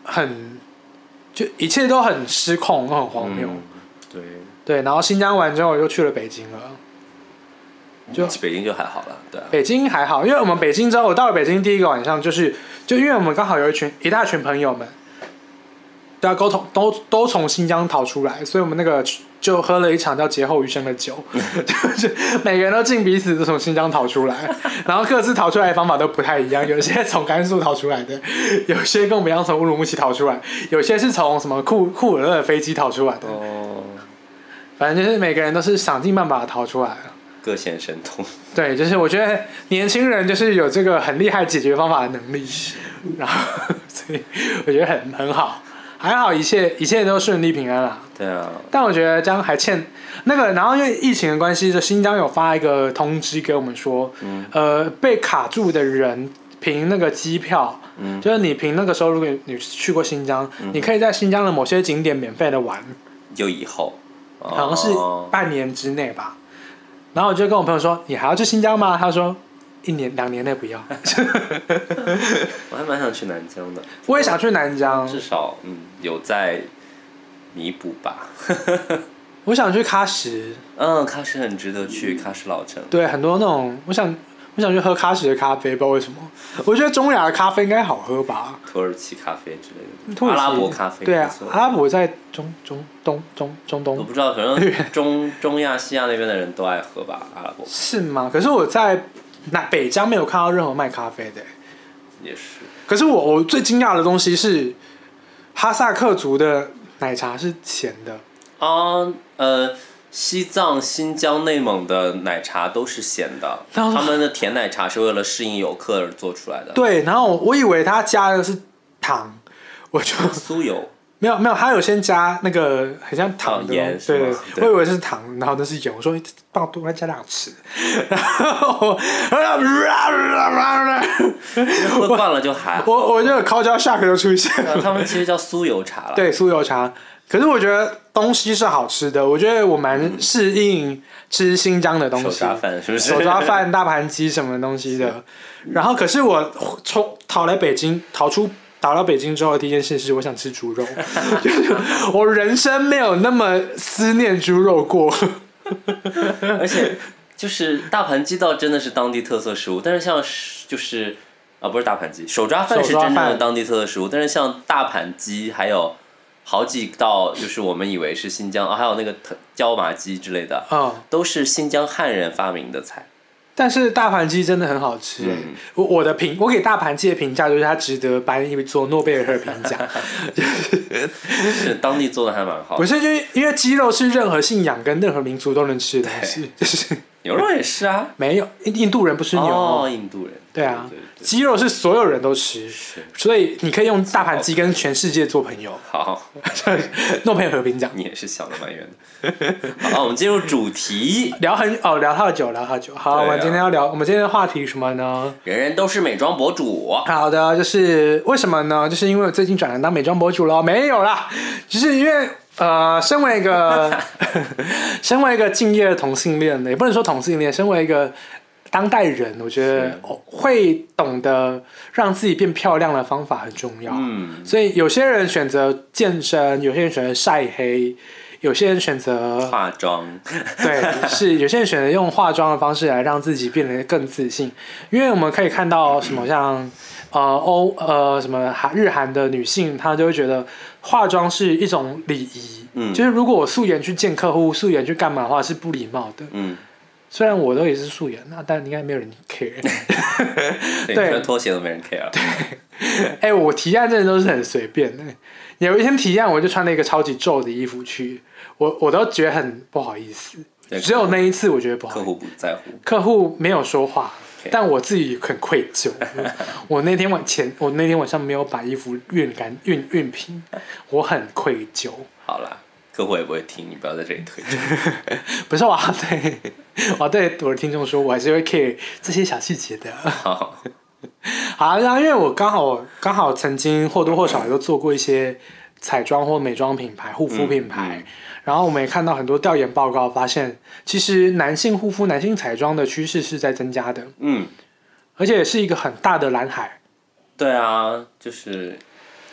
很就一切都很失控，都很荒谬。 嗯、对对，然后新疆完之后又去了北京了。 就北京就还好了，对、啊。 北京还好，因为我们北京之后，我到了北京第一个晚上就是，就因为我们刚好有一群一大群朋友们，对啊，都从都都从新疆逃出来，所以我们那个就喝了一场叫劫后余生的酒，就是每个人都尽彼此都从新疆逃出来，然后各自逃出来的方法都不太一样，有些从甘肃逃出来的，有些跟我们一样从乌鲁木齐逃出来，有些是从什么库库尔勒的飞机逃出来的，哦，反正就是每个人都是想尽办法逃出来了。 各显神通， 对，就是我觉得年轻人就是有这个很厉害解决方法的能力，然后所以我觉得很很好，还好一切一切都顺利平安啦。 对啊， 但我觉得这样还欠那个，然后因为疫情的关系，就新疆有发一个通知给我们说，嗯、呃，被卡住的人凭那个机票，嗯、就是你凭那个时候，如果你去过新疆，嗯、你可以在新疆的某些景点免费的玩， 就以后， 哦、好像是半年之内吧。然后我就跟我朋友说：“你还要去新疆吗？”他说：“一年两年内不要。” 我还蛮想去南疆的。 我也想去南疆， 至少嗯有在弥补吧。 我想去喀什。 嗯，喀什很值得去，喀什老城。 对，很多那种，我想我想去喝喀什的咖啡，不知道为什么。我觉得中亚的咖啡应该好喝吧。 土耳其咖啡之类的。 阿拉伯咖啡。 对啊，阿拉伯在中中东中中东。 我不知道，可能中中亚、西亚那边的人都爱喝吧，阿拉伯。 是吗？可是我在那北疆没有看到任何卖咖啡的。 也是。 可是我我最惊讶的东西是，哈萨克族的奶茶是咸的。 啊，呃。西藏、新疆、内蒙的奶茶都是咸的，他们的甜奶茶是为了适应游客而做出来的。 对，然后我以为他加的是糖，我就酥油。 没有没有，他有先加那个很像糖的盐， 对对，我以为是糖，然后那是油。我说帮我多加两匙，然后喝惯了就还好。 我我就 culture shock 就出现了。 他们其实叫酥油茶了。 对，酥油茶。可是我觉得东西是好吃的，我觉得我蛮适应吃新疆的东西， 手抓饭是不是？ 手抓饭、大盘鸡什么东西的。然后，可是我从逃来北京，逃出逃到北京之后的第一件事是，我想吃猪肉。就是我人生没有那么思念猪肉过。 而且，就是大盘鸡倒真的是当地特色食物，但是像就是啊，不是大盘鸡，手抓饭是真正的当地特色食物，但是像大盘鸡还有。好几道就是我们以为是新疆，啊、还有那个椒麻鸡之类的， 嗯， 都是新疆汉人发明的菜。 但是大盘鸡真的很好吃、欸嗯、我我的评，我给大盘鸡的评价就是它值得颁一座诺贝尔和平奖。 是当地做的还蛮好的。 不是，因为因为鸡肉是任何信仰跟任何民族都能吃的东西，就是牛肉也是啊。 没有，印度人不吃牛肉。 哦，印度人。 对啊， 对对对， 鸡肉是所有人都吃，所以你可以用大盘鸡跟全世界做朋友。 好， 诺贝尔和平奖。 你也是想的蛮远的。好，我们进入主题， 聊很哦，聊太久，聊太久。好，啊、我们今天要聊，我们今天的话题什么呢？ 人人都是美妆博主。 好的，就是为什么呢？就是因为我最近转行当美妆博主了。没有啦，就是因为。呃，身为一个身为一个敬业的同性恋的，也不能说同性恋，身为一个当代人，我觉得会懂得让自己变漂亮的方法很重要。嗯，所以有些人选择健身，有些人选择晒黑，有些人选择化妆。 对，是有些人选择用化妆的方式来让自己变得更自信。因为我们可以看到什么像呃欧呃什么韩日韩的女性，她就会觉得化妆是一种礼仪。嗯，就是如果我素颜去见客户，素颜去干嘛的话是不礼貌的。嗯，虽然我都也是素颜啊，但应该没有人 care。 对，穿拖鞋都没人 care。 对，哎、欸，我提案真的都是很随便的。有一天提案，我就穿了一个超级皱的衣服去，我我都觉得很不好意思。只有那一次，我觉得不好意思。 客户不在乎， 客户没有说话。Okay. 但我自己很愧疚，我那天晚前，我那天晚上没有把衣服熨干、熨熨平，我很愧疚。 好啦，客户也不会听，你不要在这里推荐。 不是我要对，我要对我的听众说，我还是会 care 这些小细节的。 好， 好，然后因为我刚好刚好曾经或多或少也都做过一些彩妆或美妆品牌、护肤品牌。嗯嗯，然后我们也看到很多调研报告，发现其实男性护肤、男性彩妆的趋势是在增加的，嗯，而且是一个很大的蓝海。 对啊，就是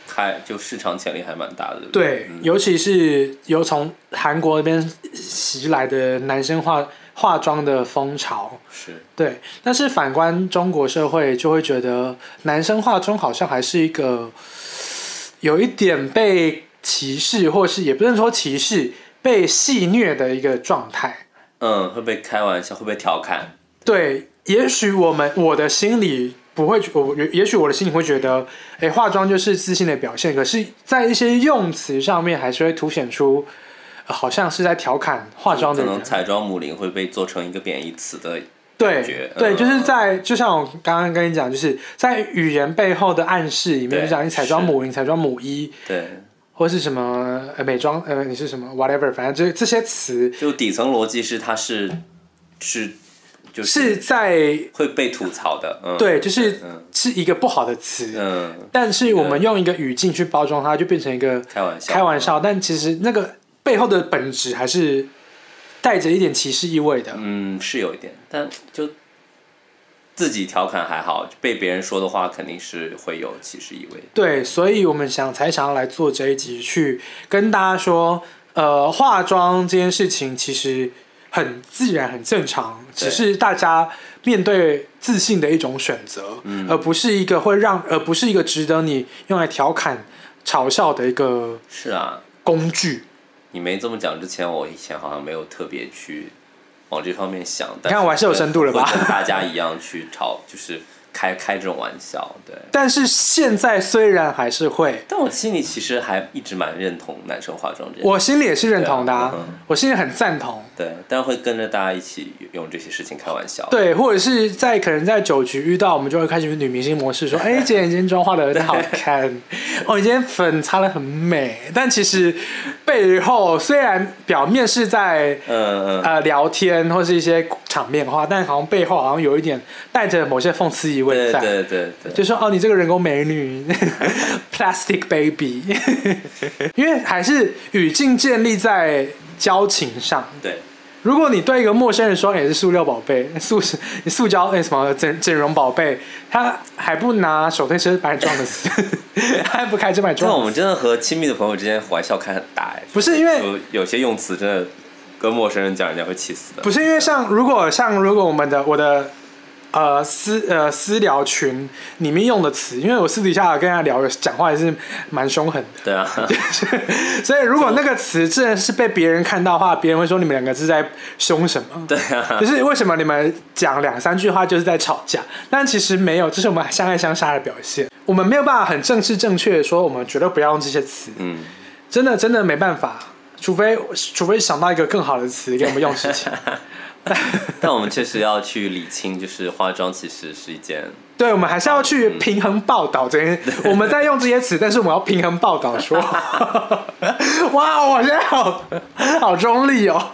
开就市场潜力还蛮大的，对不对， 对？嗯、 尤其是由从韩国那边袭来的男生化化妆的风潮， 是对。但是反观中国社会，就会觉得男生化妆好像还是一个有一点被歧视，或是也不能说歧视，被戏谑的一个状态。 嗯，会被开玩笑，会被调侃。 对，也许我们我的心里不会，我也许我的心里会觉得，哎，化妆就是自信的表现。可是，在一些用词上面，还是会凸显出，呃、好像是在调侃化妆的人。 可能彩妆母零会被做成一个贬义词的对感觉。 对， 嗯、 就是在就像我刚刚跟你讲，就是在语言背后的暗示里面，就讲你彩妆母零、彩妆母一， 对。 或是什么呃美妆呃你是什么 whatever， 反正就这些词， 就底层逻辑是它是是就是在会被吐槽的，嗯、 对，就是、 嗯、 是一个不好的词， 嗯， 但是我们用一个语境去包装它，就变成一个开玩笑， 开玩笑，但其实那个背后的本质还是带着一点歧视意味的， 嗯，是有一点，但就。自己调侃还好，被别人说的话肯定是会有歧视意味。 对，所以我们想才想要来做这一集，去跟大家说，呃，化妆这件事情其实很自然、很正常，只是大家面对自信的一种选择，嗯、而不是一个会让，而不是一个值得你用来调侃、嘲笑的一个是啊工具。 你没这么讲之前，我以前好像没有特别去。往这方面想， 你看我还是有深度了吧？ 跟大家一样去吵，就是开开这种玩笑，对。 但是现在虽然还是会， 但我心里其实还一直蛮认同男生化妆这件事。 我心里也是认同的、啊， 嗯、 我心里很赞同。 对，但会跟着大家一起用这些事情开玩笑。 对，或者是在可能在酒局遇到，我们就会开始女明星模式说：“哎、欸，姐，你今天妆化的很好看，哦，你今天粉擦的很美。”但其实背后虽然表面是在嗯嗯呃聊天或是一些场面话，但好像背后好像有一点带着某些讽刺意味在。 对对对对， 就说哦，你这个人工美女，plastic baby， 因为还是语境建立在交情上。 对，如果你对一个陌生人说你是塑料宝贝、塑塑胶那、欸、什么整整容宝贝，他还不拿手推车把你撞的死，他还不开车把你撞。 那我们真的和亲密的朋友之间玩笑开很大哎， 不是因为有有些用词真的跟陌生人讲，人家会气死的。 不是因为像如果像如果我们的我的。呃私呃私聊群里面用的词，因为我私底下跟他聊讲话也是蛮凶狠的。 对啊， 所以如果那个词真的是被别人看到的话，别人会说你们两个是在凶什么？ 对啊， 就是为什么你们讲两三句话就是在吵架？但其实没有，这是我们相爱相杀的表现。我们没有办法很正式正确的说，我们绝对不要用这些词。嗯，真的真的没办法，除非除非想到一个更好的词给我们用事情。 但我们确实要去理清，就是化妆其实是一件， 对，我们还是要去平衡报道这些。嗯、我们在用这些词，但是我们要平衡报道说，哇，我现在好好中立哦。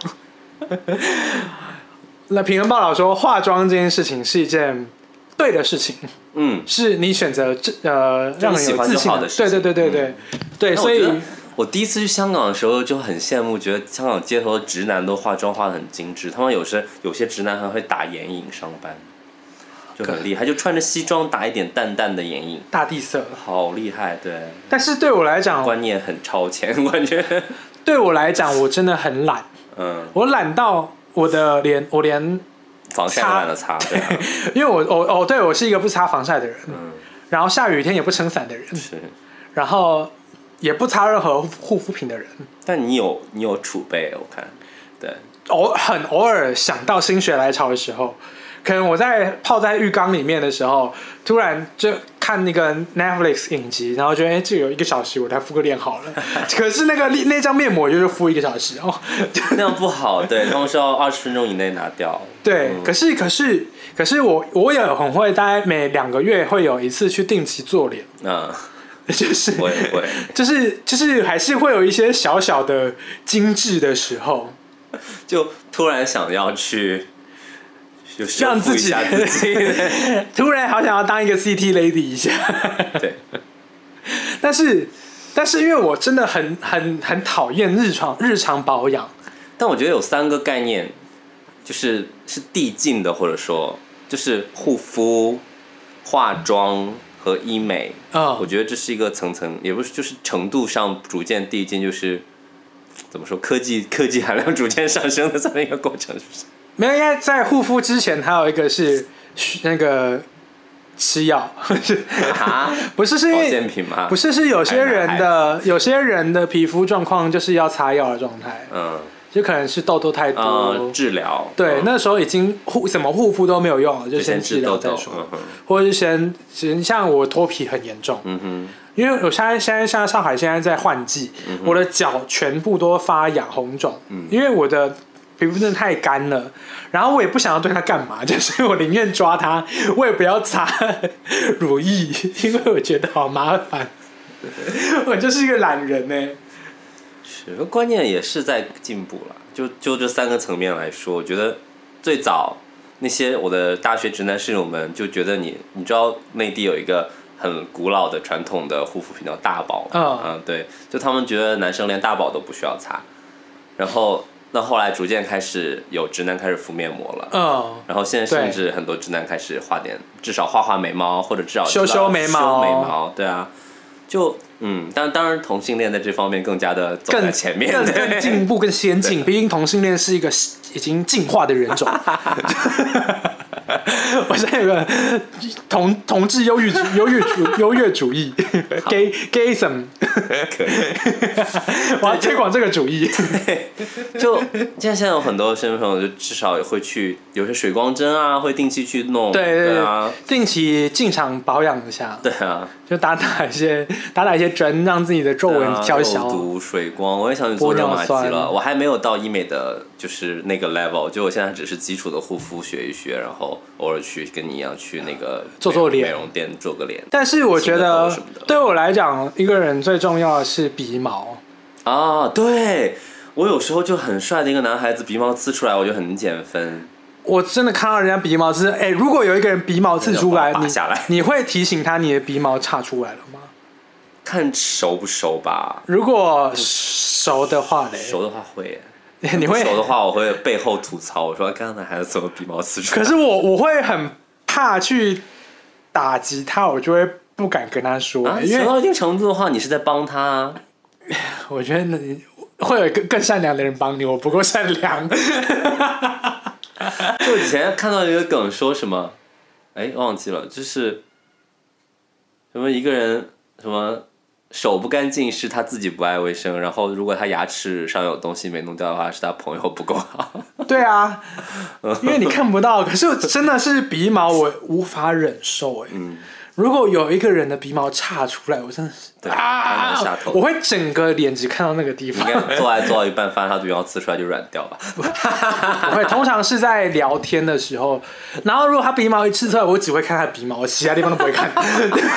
那平衡报道说，化妆这件事情是一件对的事情，嗯，是你选择呃让人有自信的， 对对对对对、嗯、对，所以。 我第一次去香港的时候就很羡慕，觉得香港街头的直男都化妆化得很精致，他们有时有些直男还会打眼影上班，就很厉害，就穿着西装打一点淡淡的眼影， 大地色， 好厉害，对。 但是对我来讲， 观念很超前，感觉。 对我来讲，我真的很懒，嗯，我懒到我的连我连防晒都懒得擦，对、啊， 因为我我哦，对我是一个不擦防晒的人，嗯，然后下雨天也不撑伞的人， 是， 然后。也不擦任何护肤品的人， 但你有你有储备，我看，对， 偶很偶尔想到心血来潮的时候，可能我在泡在浴缸里面的时候，突然就看那个 Netflix 影集，然后觉得哎，这有一个小时，我来敷个脸好了。可是那个那张面膜就是敷一个小时哦， 那样不好，对，他们是要二十分钟以内拿掉。 对，嗯、可是可是可是我我也很会，大概每两个月会有一次去定期做脸。嗯。就是会会， 就是就是还是会有一些小小的精致的时候， 就突然想要去，就让自己突然好想要当一个 C T lady 一下， 对。 但是但是因为我真的很很很讨厌日常日常保养， 但我觉得有三个概念，就是是递进的，或者说就是护肤、化妆和医美， 嗯， 我觉得这是一个层层，也不是就是程度上逐渐递进，就是怎么说科技科技含量逐渐上升的这么一个过程，是不是？ 没有，应该在护肤之前还有一个是那个吃药， 啊， 不是是因保为健品吗？ 不是是有些人的有些人的皮肤状况就是要擦药的状态， 嗯， 就可能是痘痘太多， 呃、治疗， 对， 嗯、 那时候已经护什么护肤都没有用了，就先治疗再说， 就先治痘痘嗯、 或者是先先像我脱皮很严重， 嗯哼， 因为我现在现在像上海现在在换季， 嗯、 我的脚全部都发痒红肿，嗯、因为我的皮肤真的太干了，然后我也不想要对它干嘛，就是我宁愿抓它，我也不要擦乳液，因为我觉得好麻烦，我就是一个懒人呢。 是，观念也是在进步了。就就这三个层面来说，我觉得最早那些我的大学直男室友们就觉得你，你知道内地有一个很古老的传统的护肤品叫大宝， 嗯嗯，对，就他们觉得男生连大宝都不需要擦，然后那后来逐渐开始有直男开始敷面膜了， 嗯， 然后现在甚至很多直男开始画点，至少画画眉毛或者至少修修眉毛， 修眉毛，对啊，就。嗯，但当然，同性恋在这方面更加的走在前面， 更更进步、更先进。毕竟同性恋是一个已经进化的人种。我现在有个同同志优越主优越主优越主义 ，gay gayism， 可以， 我要推广这个主义。 就现在有很多身边朋友，就至少会去有些水光针啊，会定期去弄， 对对对啊， 定期进场保养一下， 对啊， 就打打一些打打一些针，让自己的皱纹消消。 肉毒、水光，我也想去做热玛吉了，我还没有到医美的就是那个 level， 就我现在只是基础的护肤学一学，然后偶尔去跟你一样去那个做做脸美容店做个脸。 但是我觉得对我来讲，一个人最重要的是鼻毛啊，对。我有时候就很帅的一个男孩子鼻毛刺出来，我就很减分。 我真的看到人家鼻毛刺，哎、欸，如果有一个人鼻毛刺出来， 拔下来你你会提醒他你的鼻毛岔出来了吗？ 看熟不熟吧。 如果熟的话嘞， 熟的话会。 你会熟的话，我会背后吐槽，我说刚刚男孩子怎么鼻毛刺出来？ 可是我我会很怕去打击他，我就会不敢跟他说， 啊、 因为熟到一定程度的话，你是在帮他、啊。 我觉得你。会有更更善良的人帮你，我不够善良。就以前看到一个梗，说什么，哎，忘记了，就是什么一个人什么手不干净是他自己不爱卫生，然后如果他牙齿上有东西没弄掉的话，是他朋友不够好。 对啊，因为你看不到，可是真的是鼻毛我无法忍受哎、欸。嗯。如果有一个人的鼻毛岔出来，我真的是对啊，下头， 我会整个脸只看到那个地方。 应该做爱做到一半，发现他鼻毛刺出来就软掉吧？ 不会，通常是在聊天的时候，然后如果他鼻毛一刺出来，我只会看他鼻毛，其他地方都不会看。我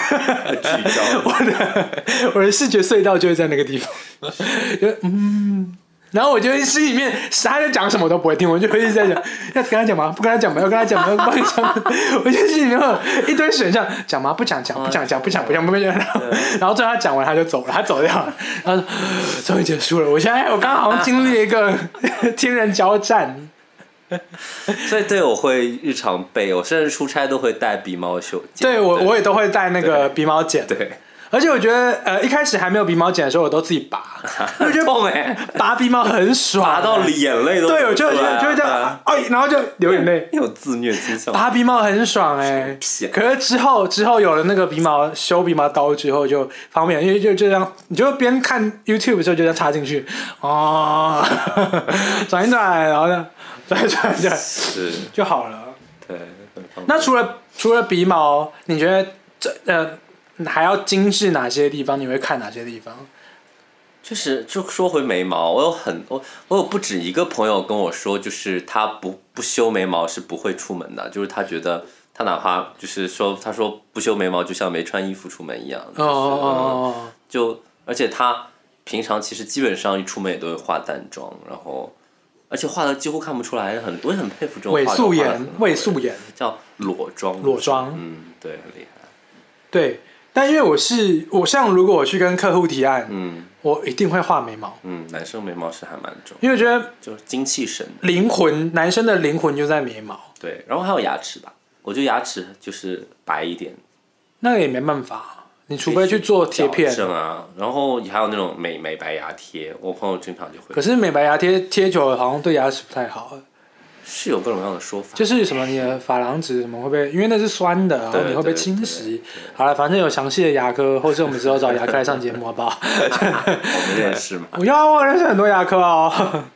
的我的视觉隧道就会在那个地方。嗯。然后我就心里面，他在讲什么我都不会听，我就会一直在讲，要跟他讲吗？不跟他讲吗？要跟他讲吗？不跟他讲吗？我就心里面有一堆选项，讲吗？不讲，讲不讲，讲不讲，不讲不讲。然后，然后最后他讲完他就走了，他走掉了，然后终于结束了。我现在我刚刚好像经历了一个天人交战。 所以对我会日常备，我甚至出差都会带鼻毛修剪。 对我我也都会带那个鼻毛剪。 对。 而且我觉得，呃，一开始还没有鼻毛剪的时候，我都自己拔，我觉得痛哎、欸， 拔鼻毛很爽、欸， 拔到眼泪都对，我就就就会这样，哎，然后就流眼泪， 有自虐倾向。 拔鼻毛很爽哎、欸，可是之后之后有了那个鼻毛修鼻毛刀之后就方便，因为就这样，你就边看 YouTube 的时候就这样插进去，哦，转一转，然后呢，转一转转， 是就好了。 对， 那除了除了鼻毛，你觉得这呃？还要精致哪些地方？你会看哪些地方？ 就是就说回眉毛，我有很我我有不止一个朋友跟我说，就是他不不修眉毛是不会出门的，就是他觉得他哪怕就是说他说不修眉毛就像没穿衣服出门一样。 哦哦哦哦。 就而且他平常其实基本上一出门也都会化淡妆，然后而且画的几乎看不出来，很我也很佩服这种伪素颜，伪素颜叫裸妆， 裸妆， 嗯，对，很厉害， 对。但因为我是我像如果我去跟客户提案， 嗯， 我一定会画眉毛， 嗯，男生眉毛是还蛮重， 因为我觉得就是精气神， 灵魂，男生的灵魂就在眉毛， 对，然后还有牙齿吧，我觉得牙齿就是白一点， 那个也没办法，你除非去做贴片矫正啊，然后还有那种美美白牙贴，我朋友经常就会。 可是美白牙贴贴久了好像对牙齿不太好。 是有各种各样的说法， 就是什么你的珐琅质什么会被，因为那是酸的，然后你会被侵蚀。好了，反正有详细的牙科，或是我们之后找牙科来上节目，好不好？ 我们认识嘛？ 我要我认识很多牙科哦。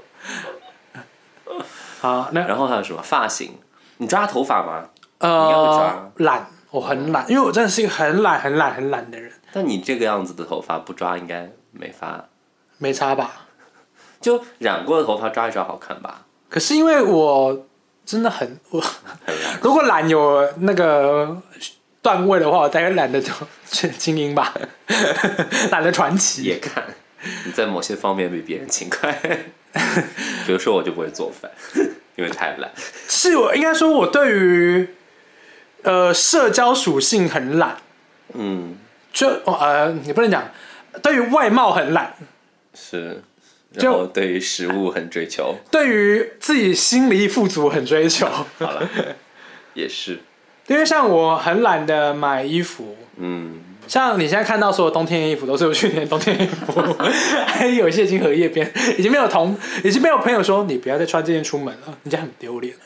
好，那然后还有什么发型？你抓头发吗？ 呃，懒，我很懒，因为我真的是一个很懒、很懒、很懒的人。 但你这个样子的头发不抓应该没发， 没差吧？ 就染过的头发抓一抓好看吧？ 可是因为我真的很我很懒， 如果懒有那个段位的话，我大概懒得精英吧，懒得传奇。 也看你在某些方面比别人勤快，比如说我就不会做饭，因为太懒。 是我应该说，我对于呃社交属性很懒， 嗯， 就呃你不能讲，对于外貌很懒， 是。然后对于食物很追求， 对于自己心理富足很追求。 好了，也是， 因为像我很懒得买衣服， 嗯， 像你现在看到所有冬天衣服都是我去年冬天衣服，还有一些已经荷叶边，已经没有同，已经没有朋友说你不要再穿这件出门了，你这样很丢脸。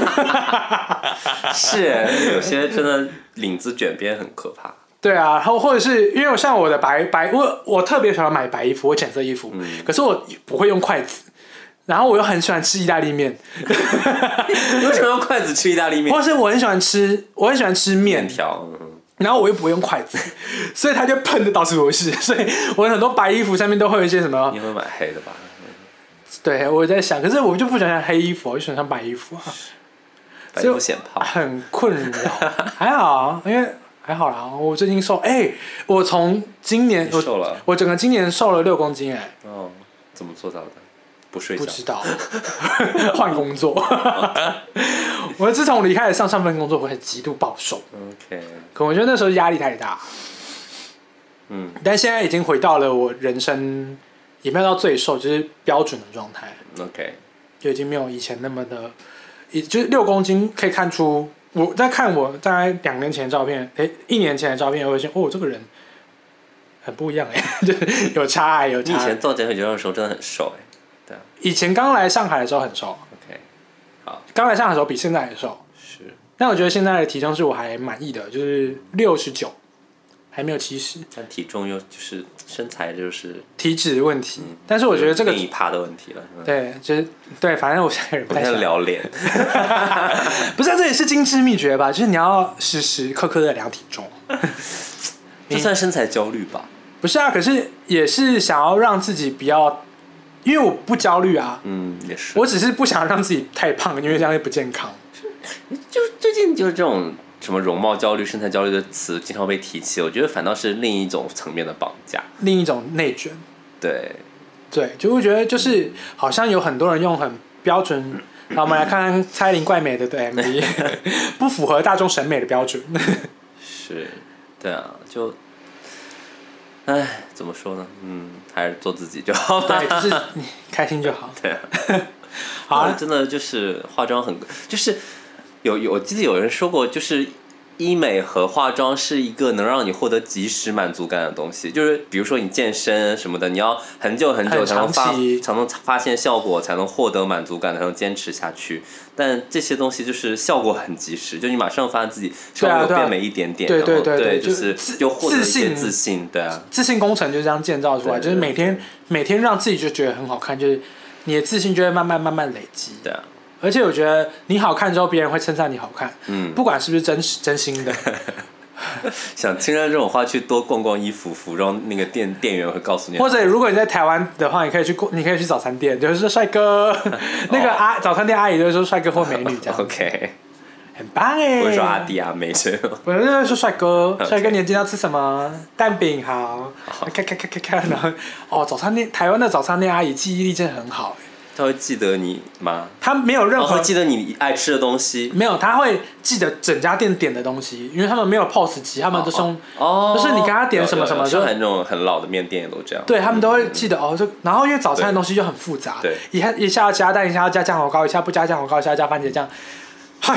是，有些真的领子卷边很可怕。 对啊，然后或者是因为像我的白白，我我特别喜欢买白衣服或浅色衣服，嗯、可是我不会用筷子，然后我又很喜欢吃意大利面。 你为什么用筷子吃意大利面？ 或者是我很喜欢吃，我很喜欢吃面条，嗯、 然后我又不会用筷子，所以它就喷的到处都是。所以我很多白衣服上面都会有一些什么？ 你会买黑的吧？ 对，我在想，可是我就不喜欢黑衣服，我就喜欢穿白衣服啊。 白衣服显胖， 很困扰。还好，因为。还好啦，我最近瘦，哎、欸，我从今年我瘦了， 我整个今年瘦了六公斤、欸，哎， 哦，怎么做到的？不睡觉？ 不知道，换工作。我自从离开了上上份工作，我很极度暴瘦。 OK， 可我觉得那时候压力太大， 嗯， 但现在已经回到了我人生也没有到最瘦，就是标准的状态。 OK， 就已经没有以前那么的，就是六公斤可以看出。我在看我大概两年前的照片，哎、欸，一年前的照片，我会发现哦，这个人很不一样哎，就是有差哎，有差。 你以前做减肥节目的时候真的很瘦哎，对啊。 以前刚来上海的时候很瘦 ，OK， 好。 刚来上海的时候比现在还瘦， 是。 但我觉得现在的体重是我还满意的，就是六十九，还没有七十。 但体重又就是身材就是体脂的问题，嗯、但是我觉得这个另一趴的问题了。嗯、 对，就是对，反正我现在人不太想聊脸。 不是、啊，这也是精致秘诀吧？就是你要时时刻刻的量体重， 这算身材焦虑吧？ 不是啊，可是也是想要让自己不要，因为我不焦虑啊。 嗯，也是。 我只是不想让自己太胖，因为这样又不健康。 就最近就是这种什么容貌焦虑、身材焦虑的词经常被提起，我觉得反倒是另一种层面的绑架， 另一种内卷。 对， 对，就会觉得就是好像有很多人用很标准。好，我们来看看蔡依林怪美的的 M V， 不符合大众审美的标准。是， 对啊，就，哎，怎么说呢？嗯，还是做自己就好吧。 对，就是你开心就好。 对啊， 好啊， 真的就是化妆很，就是有有，我记得有人说过，就是医美和化妆是一个能让你获得即时满足感的东西，就是比如说你健身什么的，你要很久很久才能发才能发现效果，才能获得满足感，才能坚持下去。但这些东西就是效果很及时，就你马上发现自己稍微有变美一点点， 对对对对， 就是就获得一些自信，对啊， 自信工程就这样建造出来，就是每天每天让自己就觉得很好看，就是你的自信就会慢慢慢慢累积， 对啊。 而且我觉得你好看之后，别人会称赞你好看， 嗯， 不管是不是真实真心的。 想听到这种话，去多逛逛衣服服装那个店店员会告诉你。 或者如果你在台湾的话，你可以去你可以去早餐店，就是说帅哥，那个阿、哦、早餐店阿姨就会说帅哥或美女这样。 OK， 很棒哎。 不会说阿弟阿妹是吗？ 我就说帅哥，帅哥，你今天要吃什么？蛋饼好，看看看看看，然后哦，早餐店台湾的早餐店阿姨记忆力真的很好哎。 他会记得你吗？ 他没有任何、 哦、会记得你爱吃的东西， 没有，他会记得整家店点的东西，因为他们没有 P O S 机，他们都是用， 哦， 就是你跟他点什么什么， 就很那种很老的面店也都这样， 对他们都会记得、嗯、哦，就然后因为早餐的东西就很复杂， 对， 一下一下要加蛋，一下要加酱油膏，一下不加酱油膏，一下要加番茄酱，嗨，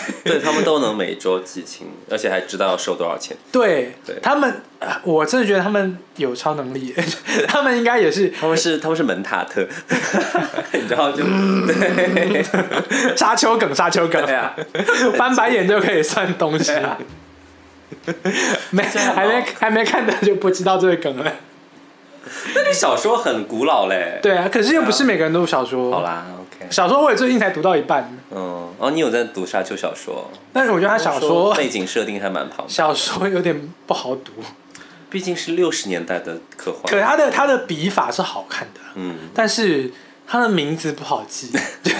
对他们都能每周记清，而且还知道要收多少钱。 对， 对他们，我真的觉得他们有超能力，他们应该也是， 他们是他们是门塔特，你知道就对沙丘梗，沙丘梗， 对啊， 翻白眼就可以算东西， 啊、 没还没还没看的就不知道这个梗了。 那你小说很古老嘞。 对啊，可是又不是每个人都读小说。 好啦 ，OK。 小说我也最近才读到一半。 嗯，哦，你有在读沙丘小说？ 但是我觉得他小说背景设定还蛮庞大。 小说有点不好读， 毕竟是六十年代的科幻。 可他的他的笔法是好看的，嗯，但是他的名字不好记。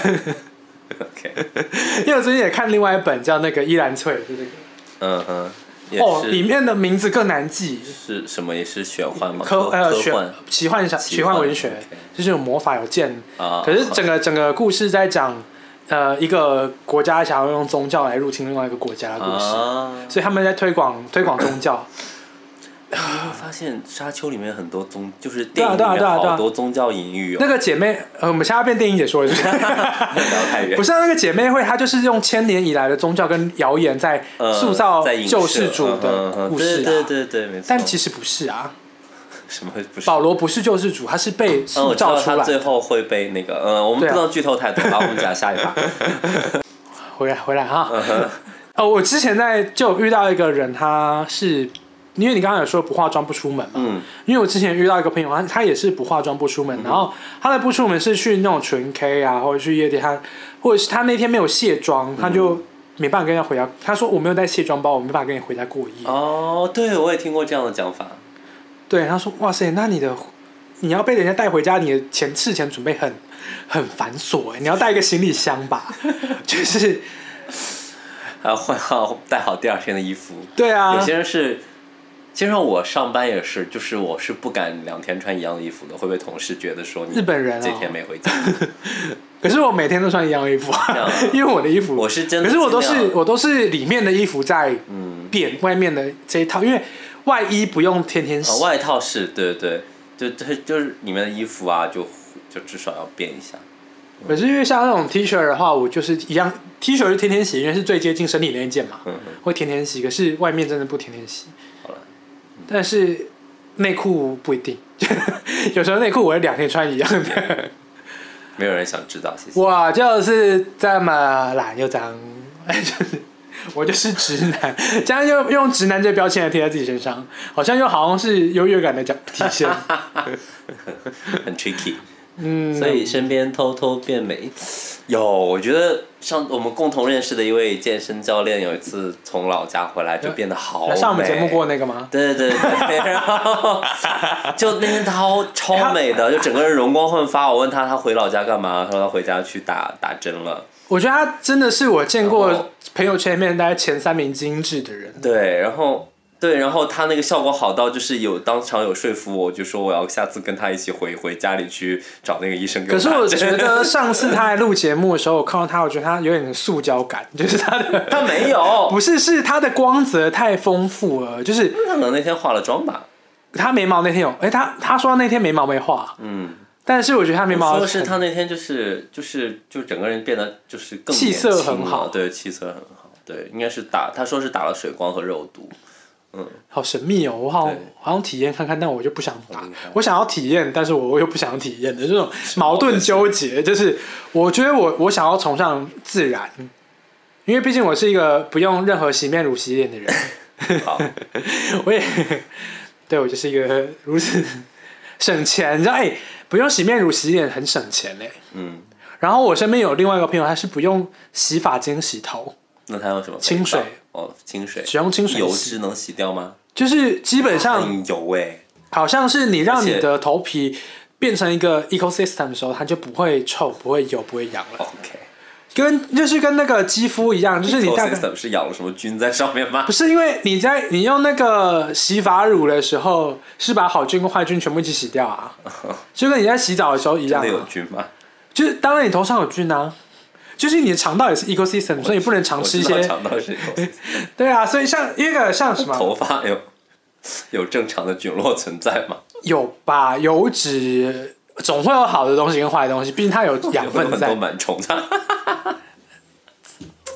OK。 因为我最近也看另外一本叫那个伊兰翠，就这个。 嗯哼。 哦，里面的名字更难记。 是什么？也是玄幻吗？ 科呃科幻、 奇幻小奇幻文学， okay. 就是有魔法有剑、 啊。 可是整个整个故事在讲，呃，一个国家想要用宗教来入侵另外一个国家的故事，啊、所以他们在推广推广宗教。 你会发现《沙丘》里面很多宗，就是电影里面好多宗教隐喻、哦。 那个姐妹，呃，我们现在变电影解说了，是不是？ 太远。 不是、啊、那个姐妹会，她就是用千年以来的宗教跟谣言在塑造救世主的故事、啊嗯嗯嗯、对对对对，没错。 但其实不是啊。 什么不是？ 保罗不是救世主，他是被塑造出来的。 嗯、他最后会被那个，嗯，我们不能剧透太多，好，我们讲下一趴。 回来回来哈。嗯、哦，我之前在就遇到一个人，他是。因为你刚刚有说不化妆不出门嘛，嗯，因为我之前遇到一个朋友，他他也是不化妆不出门，嗯、然后他的不出门是去那种纯 K 啊，或者去夜店，他或者是他那天没有卸妆，他就没办法跟人家回家。他说我没有带卸妆包，我没办法跟你回家过夜。 哦，对，我也听过这样的讲法。 对，他说哇塞，那你的你要被人家带回家，你的前事前准备很很繁琐哎，你要带一个行李箱吧，就是还要换好带好第二天的衣服。 对啊， 有些人是。其实我上班也是，就是我是不敢两天穿一样的衣服的，会被同事觉得说你日本人、哦、 这天没回家。 可是我每天都穿一样的衣服，啊、因为我的衣服我是真的， 可是我都是我都是里面的衣服在变，嗯、外面的这一套，因为外衣不用天天洗。 哦、外套是对对对，就就是里面的衣服啊，就就至少要变一下。 可是因为像那种 T 恤的话，我就是一样 T 恤是天天洗，因为是最接近身体那一件嘛，嗯、会天天洗。可是外面真的不天天洗。但是内裤不一定，有时候内裤我会两天穿一样的。 没有人想知道，谢谢。 我就是这么懒又脏，我就是直男，这样又用直男这标签来贴在自己身上，好像又好像是优越感的体现， 很 tricky。嗯，所以身边偷偷变美，有我觉得上我们共同认识的一位健身教练，有一次从老家回来就变得好美。 来上我们节目过那个吗？ 对对对，然后就那天他超美的，就整个人容光焕发。我问他他回老家干嘛，他说他回家去打打针了。 我觉得他真的是我见过朋友圈里面大概前三名精致的人。 对，然后。对，然后他那个效果好到就是有当场有说服我，就说我要下次跟他一起回回家里去找那个医生给我打针。 可是我觉得上次他来录节目的时候，我看到他，我觉得他有点塑胶感，就是他的他没有， 不是是他的光泽太丰富了，就是可能那天化了妆吧。 他眉毛那天有，哎，他他说那天眉毛没画，嗯，但是我觉得他眉毛我说是他那天就是就是就整个人变得就是更气色很好， 对，气色很好，对，应该是打他说是打了水光和肉毒。嗯， 好神秘哦！我好像好像体验看看，但我就不想打。我想要体验，但是我又不想体验的这种矛盾纠结，就是我觉得我我想要崇尚自然，因为毕竟我是一个不用任何洗面乳洗脸的人。 好， 我也对我就是一个如此省钱，你知道？哎、欸，不用洗面乳洗脸很省钱嘞。嗯。然后我身边有另外一个朋友，他是不用洗发精洗头。 那他用什么？ 清水。 哦，清水， 只用清水洗， 油脂能洗掉吗？ 就是基本上很油哎、欸， 好像是你让你的头皮变成一个 ecosystem 的时候，它就不会臭、不会油、不会痒了。 OK， 跟就是跟那个肌肤一样，就是你大概 ecosystem 是养了什么菌在上面吗？ 不是，因为你在你用那个洗发乳的时候，是把好菌跟坏菌全部一起洗掉啊，就跟你在洗澡的时候一样、啊。 真的有菌吗？ 就是当然你头上有菌啊。就是你的肠道也是 ecosystem， 所以你不能常吃一些。 肠道是 ecosystem。 对啊，所以像一个像什么？ 头发有有正常的菌落存在吗？ 有吧，油脂总会有好的东西跟坏的东西，毕竟它有养分在。 有很多螨虫的。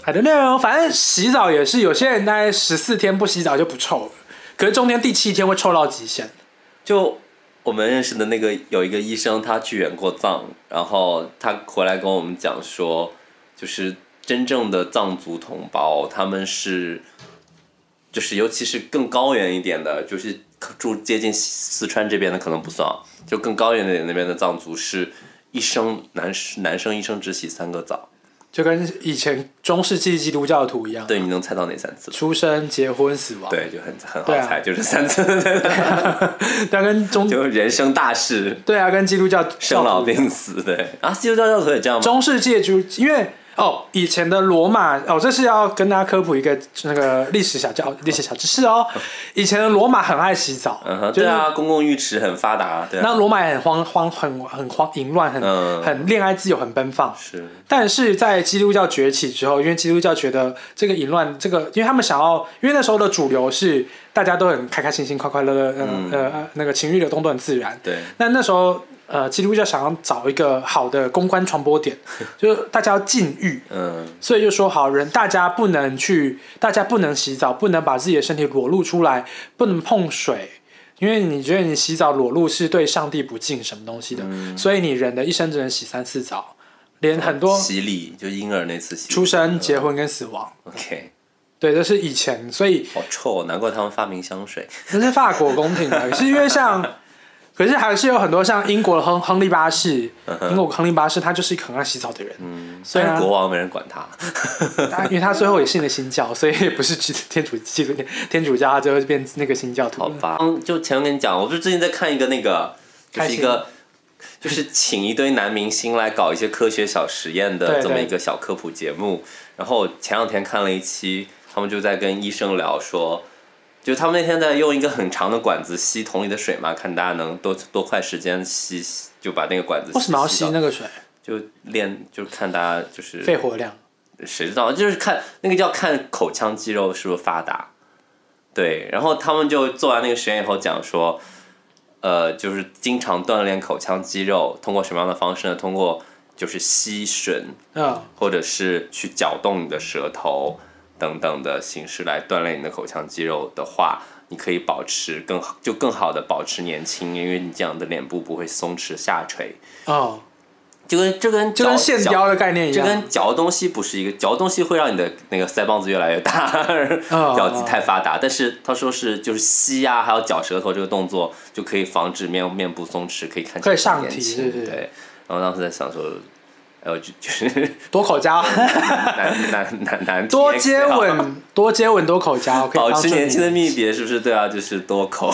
I don't know， 反正洗澡也是有些人大概十四天不洗澡就不臭了，可是中间第七天会臭到极限。 就我们认识的那个有一个医生，他去远过藏，然后他回来跟我们讲说，就是真正的藏族同胞，他们是，就是尤其是更高原一点的，就是住接近四川这边的可能不算，就更高原一点那边的藏族是一生男男生一生只洗三个澡。 就跟以前中世纪基督教徒一样。 对，你能猜到哪三次？ 出生、结婚、死亡。 对，就很很好猜，啊、就是三次。 对，跟中就人生大事。 对啊，跟基督教生老病死，对啊，基督教教徒也这样吗？ 中世纪就因为哦，以前的罗马哦，这是要跟大家科普一个那个历史小教历史小知识哦。以前的罗马很爱洗澡， 嗯哼，对啊，公共浴池很发达，对啊。 那罗马也很荒荒很很荒淫乱，很、嗯、很恋爱自由，很奔放。 是。但是在基督教崛起之后，因为基督教觉得这个淫乱，这个因为他们想要，因为那时候的主流是大家都很开开心心、快快乐乐，嗯呃那个情欲流动都很自然。 对。 那那时候。呃，基督教想要找一个好的公关传播点，就是大家要禁欲，嗯，所以就说好人，大家不能去，大家不能洗澡，不能把自己的身体裸露出来，不能碰水，因为你觉得你洗澡裸露是对上帝不敬什么东西的，嗯、所以你人的一生只能洗三次澡，连很多洗礼就婴儿那次洗礼， 出生、结婚跟死亡。 OK， 对，这是以前，所以好臭，难怪他们发明香水。 那是法国宫廷的，是因为像。可是还是有很多像英国的亨亨利八世，英国亨利八世他就是一个很爱洗澡的人， 嗯，虽然国王没人管他， 因为他最后也信了新教，所以不是天主基督天主教，他最后变那个新教徒。 好吧，就前面跟你讲，我不是最近在看一个那个，就是一个就是请一堆男明星来搞一些科学小实验的这么一个小科普节目，然后前两天看了一期，他们就在跟医生聊说。就他们那天在用一个很长的管子吸桶里的水嘛，看大家能多多快时间吸，就把那个管子吸。 为什么要吸那个水？ 就练，就看大家就是肺活量。 谁知道？就是看那个叫看口腔肌肉是不是发达。对，然后他们就做完那个实验以后讲说，呃，就是经常锻炼口腔肌肉，通过什么样的方式呢？通过就是吸吮，嗯，或者是去搅动你的舌头。等等的形式来锻炼你的口腔肌肉的话，你可以保持更好，就更好的保持年轻，因为你这样的脸部不会松弛下垂。哦，就跟这跟就跟线雕的概念一样， 就跟嚼东西不是一个嚼东西会让你的那个腮帮子越来越大，咬肌太发达。但是他说是就是吸啊，还有嚼舌头这个动作就可以防止面面部松弛，可以看起来更年轻。对，对。然后当时在想说。呃，就就是多口交， 难难难难， 多接吻，多接吻，多口交， 保持年轻的秘诀是不是？对啊，就是多口。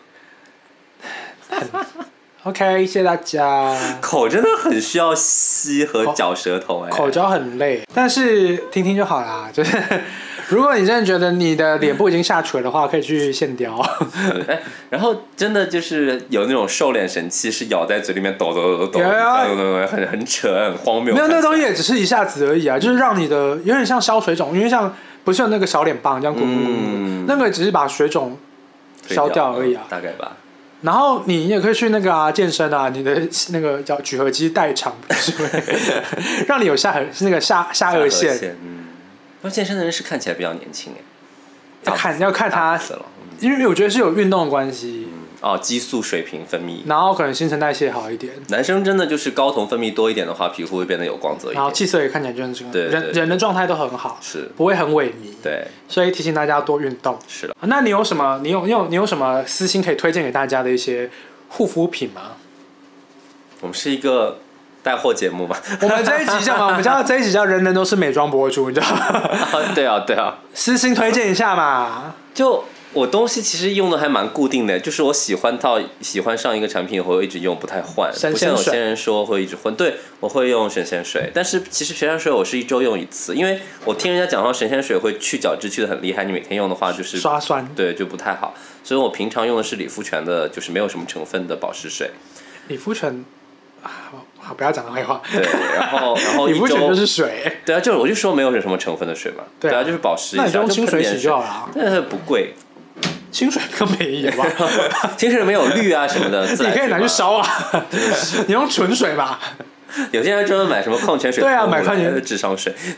OK， 谢谢大家。 口真的很需要吸和嚼舌头哎， 口交很累，但是听听就好啦。就是如果你真的觉得你的脸部已经下垂的话，可以去线雕。 哎，然后真的就是有那种瘦脸神器，是咬在嘴里面抖抖抖抖抖，很很扯，很荒谬。 没有，那东西也只是一下子而已啊，就是让你的有点像消水肿，因为像不是有那个小脸棒这样滚滚滚，那个只是把水肿消掉而已啊， 大概吧。 然后你也可以去那个啊健身啊，你的那个叫举合肌代偿，不是让你有下那个下下颚线。 嗯，那健身的人是看起来比较年轻哎， 要看要看他，因为我觉得是有运动的关系。 嗯，哦，激素水平分泌， 然后可能新陈代谢好一点。 男生真的就是睾酮分泌多一点的话，皮肤会变得有光泽一点， 然后气色也看起来就很这个， 对， 人人的状态都很好， 是不会很萎靡。 对， 所以提醒大家要多运动。 是的。 那你有什么？你有你有你有什么私心可以推荐给大家的一些护肤品吗？ 我们是一个带货节目嘛， 我们这一集叫嘛，我们叫这一集叫人人都是美妆博主，你知道吗？ 对啊，对啊。 私心推荐一下嘛， 就。我东西其实用的还蛮固定的，就是我喜欢到喜欢上一个产品以后，我一直用，不太换。不像有些人说会一直换，对，我会用神仙水，但是其实神仙水我是一周用一次，因为我听人家讲说神仙水会去角质去的很厉害，你每天用的话就是刷酸， 对，就不太好。所以我平常用的是理肤泉的，就是没有什么成分的保湿水。 理肤泉。好，不要讲坏话。 对，然后然后理肤泉就是水。 对啊，就是我就说没有什么成分的水嘛。对啊，就是保湿一下。 那你就用清水洗就好了。 但是不贵。 清水更便宜吧？ 清水没有氯啊什么的， 你可以拿去烧啊。你用纯水吧。 有些人专门买什么矿泉水， 对啊，买矿泉水智商水。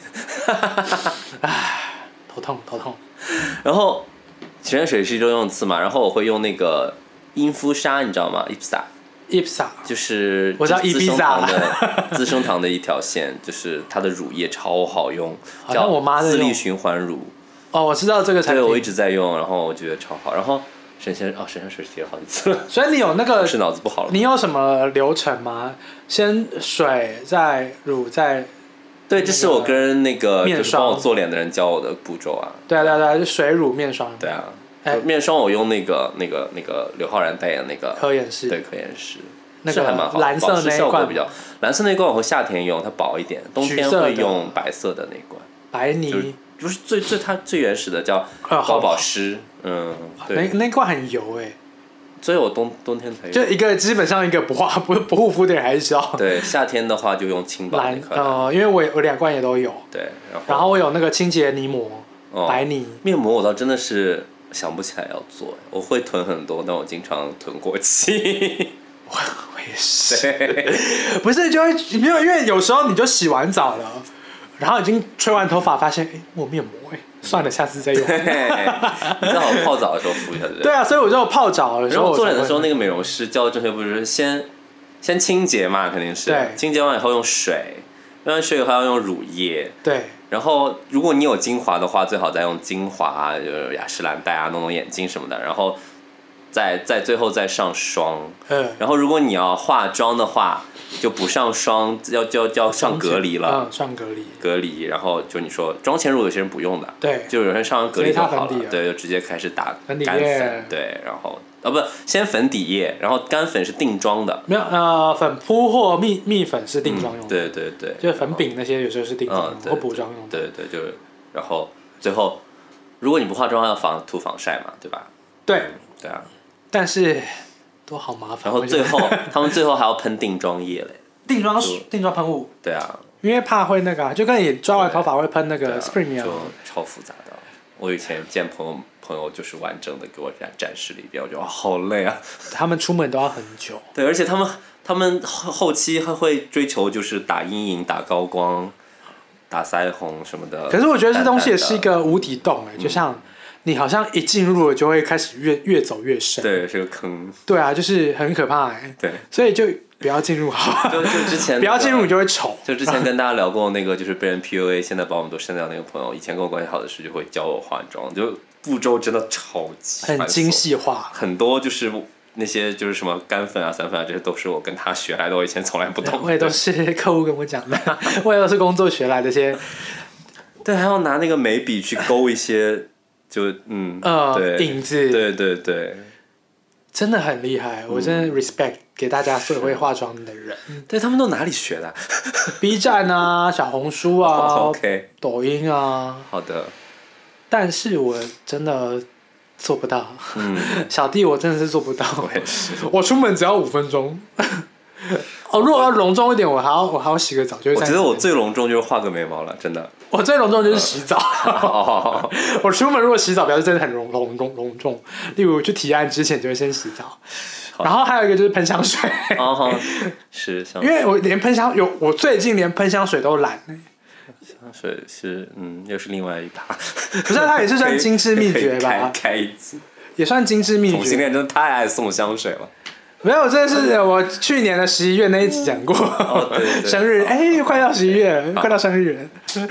唉，头痛头痛。 然后洗脸水是周用次嘛，然后我会用那个英肤纱，你知道吗 ？I P S A。I P S A 就是我知道资生堂的资生堂的一条线，就是它的乳液超好用， 叫我妈自力循环乳。 哦，我知道这个产品， 对，我一直在用，然后我觉得超好。然后神仙哦，神仙水提了好几次了， 所以你有那个是脑子不好了。 你有什么流程吗？先水，再乳，再对，这是我跟那个面霜就是帮我做脸的人教我的步骤啊。 对啊对啊对啊，就水乳面霜。 对啊， 哎面霜我用那个那个那个刘昊然代言的那个科颜氏， 对科颜氏。 那个还蛮好， 蓝色那一罐比较，蓝色那一罐我会夏天用，它薄一点，冬天会用白色的那一罐。 白泥就是最最它最原始的叫高保湿，嗯，对， 那那罐很油哎， 所以我冬冬天才用。 就一个基本上一个不化不不护肤的人还是知道。 对，夏天的话就用轻薄那款。 呃，因为我我两罐也都有。 对，然后然后我有那个清洁泥膜， 哦、 白泥面膜，我倒真的是想不起来要做，我会囤很多，但我经常囤过期。 我我也是，不是就会因为因为有时候你就洗完澡了，然后已经吹完头发，发现哎我面膜哎，算了下次再用。 你正好泡澡的时候敷一下，对不对？ 对啊，所以我就泡澡的时候， 然后做脸的时候，那个美容师教的正确步骤是先先清洁嘛，肯定是， 对， 清洁完以后用水，用完水以后要用乳液， 对。 然后如果你有精华的话，最好再用精华，就是雅诗兰黛啊，弄弄眼睛什么的，然后。再再最后再上霜， 嗯， 然后如果你要化妆的话，就不上霜，要就要上隔离了， 嗯，上隔离， 隔离，然后就你说妆前乳有些人不用的， 对， 就有人上完隔离就好了， 对，就直接开始打干粉，对，然后啊不，先粉底液，然后干粉是定妆的， 没有呃，粉扑或蜜蜜粉是定妆用的， 嗯，对对对， 就是粉饼那些有时候是定妆用或补妆用的，对对，就是然后最后如果你不化妆要防涂防晒嘛，对吧？ 对， 对啊。 但是都好麻烦。 然后最后他们最后还要喷定妆液嘞， 定妆定妆喷雾。 对啊， 因为怕会那个、啊，就跟你抓完头发会喷那个 spring 一样、 啊，就超复杂的。我以前见朋友朋友就是完整的给我展展示了一遍，我觉得、哦、好累啊。 他们出门都要很久。 对，而且他们他们后期还会追求就是打阴影、打高光、打腮红什么的。 可是我觉得这东西也是一个无底洞哎、欸，就像。你好像一进入了就会开始越越走越深， 对，是个坑。 对啊，就是很可怕哎、欸。 对， 所以就不要进入好。 就就之前、那个、 不要进入你就会丑。 就之前跟大家聊过那个，就是被人 P U A， 现在把我们都删掉那个朋友，以前跟我关系好的是就会教我化妆，就步骤真的超级很精细化， 很多就是那些就是什么干粉啊、散粉啊，这些都是我跟他学来的，我以前从来不懂。 我也都是客户跟我讲的，我也都是工作学来的些。 对，还要拿那个眉笔去勾一些。就嗯呃对影子， 对对对， 真的很厉害，我真的 respect 给大家所有会化妆的人。 对，他们都哪里学的、啊、 ？B 站啊，小红书啊、 oh, ，OK， 抖音啊。 好的， 但是我真的做不到。 嗯， 小弟我真的是做不到。 我也是， 我出门只要五分钟。哦，如果要隆重一点，我还要我还要洗个澡，就是。 我觉得我最隆重就是画个眉毛了，真的。 我最隆重就是洗澡。 哦、 我出门如果洗澡，表示真的很隆隆重隆重。例如去提案之前就会先洗澡，然后还有一个就是喷香水。 哦，是香水，因为我连喷香有，我最近连喷香水都懒。 香水是嗯，又是另外一趴。 不是，它也是算精致秘诀吧？ 开开一集， 也算精致秘诀。 同性恋真的太爱送香水了。 没有，这是我去年的十一月那一集讲过。 哦、对对对生日，哎、欸，快到十一月了，快到生日了。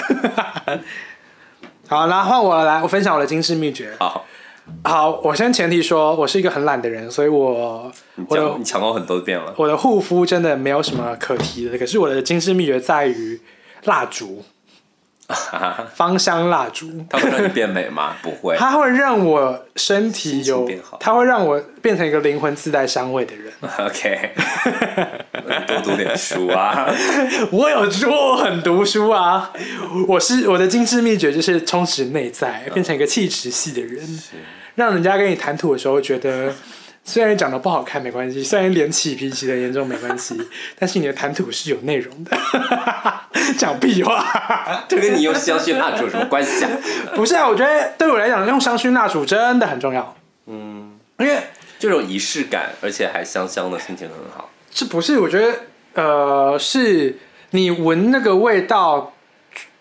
好，那换我来，我分享我的精致秘诀。 好， 好，我先前提说，我是一个很懒的人，所以我我的你强过很多遍了。 我的护肤真的没有什么可提的，可是我的精致秘诀在于蜡烛。芳香蜡烛， 它会让你变美吗？不会， 它会让我身体有，它会让我变成一个灵魂自带香味的人。 OK， 多读点书啊！ 我有说我很读书啊，我是我的精致秘诀就是充实内在，变成一个气质系的人，让人家跟你谈吐的时候觉得。虽然长得不好看没关系，虽然脸起皮起的严重没关系，但是你的谈吐是有内容的。讲屁话， 这跟你用香薰蜡烛有什么关系啊？ 不是啊，我觉得对我来讲，用香薰蜡烛真的很重要。嗯，因为这种仪式感，而且还香香的，心情很好。 是不是？我觉得呃，是你闻那个味道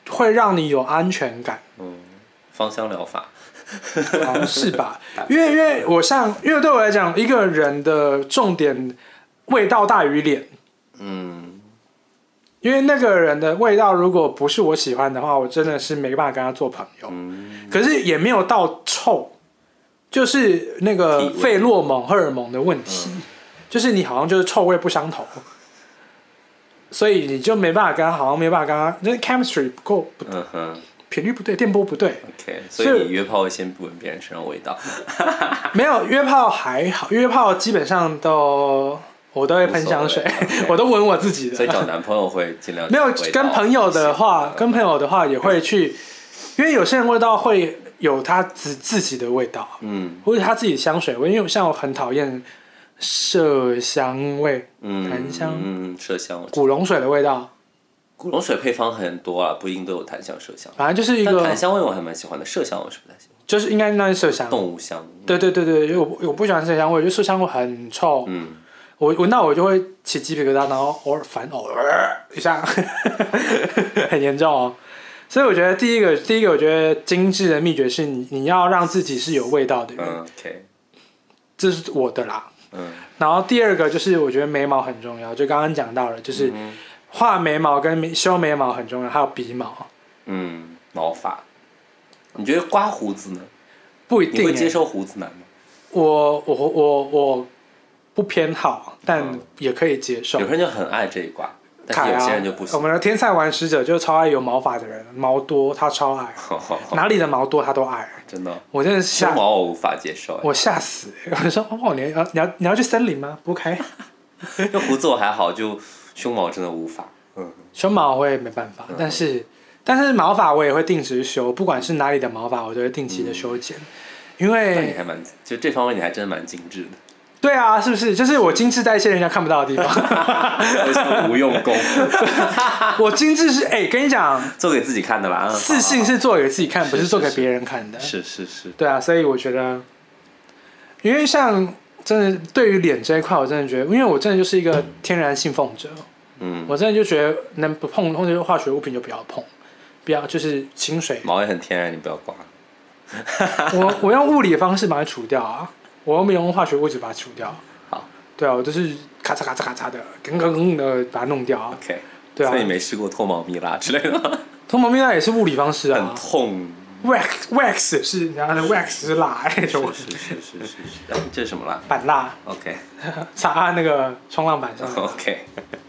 会让你有安全感。 嗯，芳香疗法。 好像是吧？因为因为我像，因为对我来讲，一个人的重点味道大于脸。 嗯， 因为那个人的味道如果不是我喜欢的话，我真的是没办法跟他做朋友。 嗯， 可是也没有到臭，就是那个费洛蒙、荷尔蒙的问题，嗯、就是你好像就是臭味不相同，所以你就没办法跟他，好像没办法跟他，就是 chemistry 不够，不嗯哼。 频率不对，电波不对。 OK， 所以你约炮会先不闻别人身上味道？ 没有，约炮还好，约炮基本上都我都会喷香水， okay. 我都闻我自己的。 所以找男朋友会尽量没有跟朋友的话，跟朋友的话也会去，因为有些人味道会有他自自己的味道，嗯，或者他自己香水味，因为像我很讨厌麝香味， 嗯， 檀香， 嗯，麝香， 古龙水的味道。 古龙水配方很多啊，不一定都有檀香、麝香。 反正就是一个檀香味我还蛮喜欢的，麝香我是不太喜欢。 就是应该那是麝香， 动物香。 对对对对，因为我我不喜欢麝香味，我觉得麝香味很臭。嗯，我闻到我就会起鸡皮疙瘩，然后偶尔反偶尔一下，很严重哦。所以我觉得第一个第一个我觉得精致的秘诀是你你要让自己是有味道的人。 嗯 ，OK， 这是我的啦。 嗯， 然后第二个就是我觉得眉毛很重要，就刚刚讲到了，就是。嗯，画眉毛跟修眉毛很重要，还有鼻毛。 嗯，毛发。你觉得刮胡子呢？ 不一定、欸。 你会接受胡子男吗？ 我我我我不偏好，但也可以接受。 有些人就很爱这一挂，但是有些人就不行。 我们的天才玩使者就超爱有毛发的人，毛多他超爱，哪里的毛多他都爱。 真的， 我真的是吓胸毛我无法接受， 我吓死！我说哦，你要你要你要去森林吗？不开。 那胡子我还好，就。胸毛真的无法，嗯， 胸毛我也没办法，嗯、但是但是毛发我也会定时修，不管是哪里的毛发，我都会定期的修剪，嗯、因为那你还蛮就这方面你还真的蛮精致的。 对啊，是不是？就是我精致在一些人家看不到的地方， 无用功。 我精致是哎、欸，跟你讲， 做给自己看的啦。 自信是做给自己看，不是做给别人看的。 是是是。 对啊，所以我觉得，因为像。真的对于脸这一块，我真的觉得，因为我真的就是一个天然信奉者，嗯，我真的就觉得能不碰或者化学物品就不要碰，不要就是清水。 毛也很天然，你不要刮。 我我用物理的方式把它除掉啊，我又没有用化学物质把它除掉。 好， 对啊，我就是咔嚓咔嚓咔嚓的，梗梗梗的把它弄掉。 OK， 对啊， 所以你没试过脱毛蜜蜡之类的？ 脱毛蜜蜡也是物理方式啊， 很痛。 wax wax 是然后的 wax 是蜡，是是是是是是，这是什么蜡？ 板蜡。 OK， 擦在那个冲浪板上。 OK，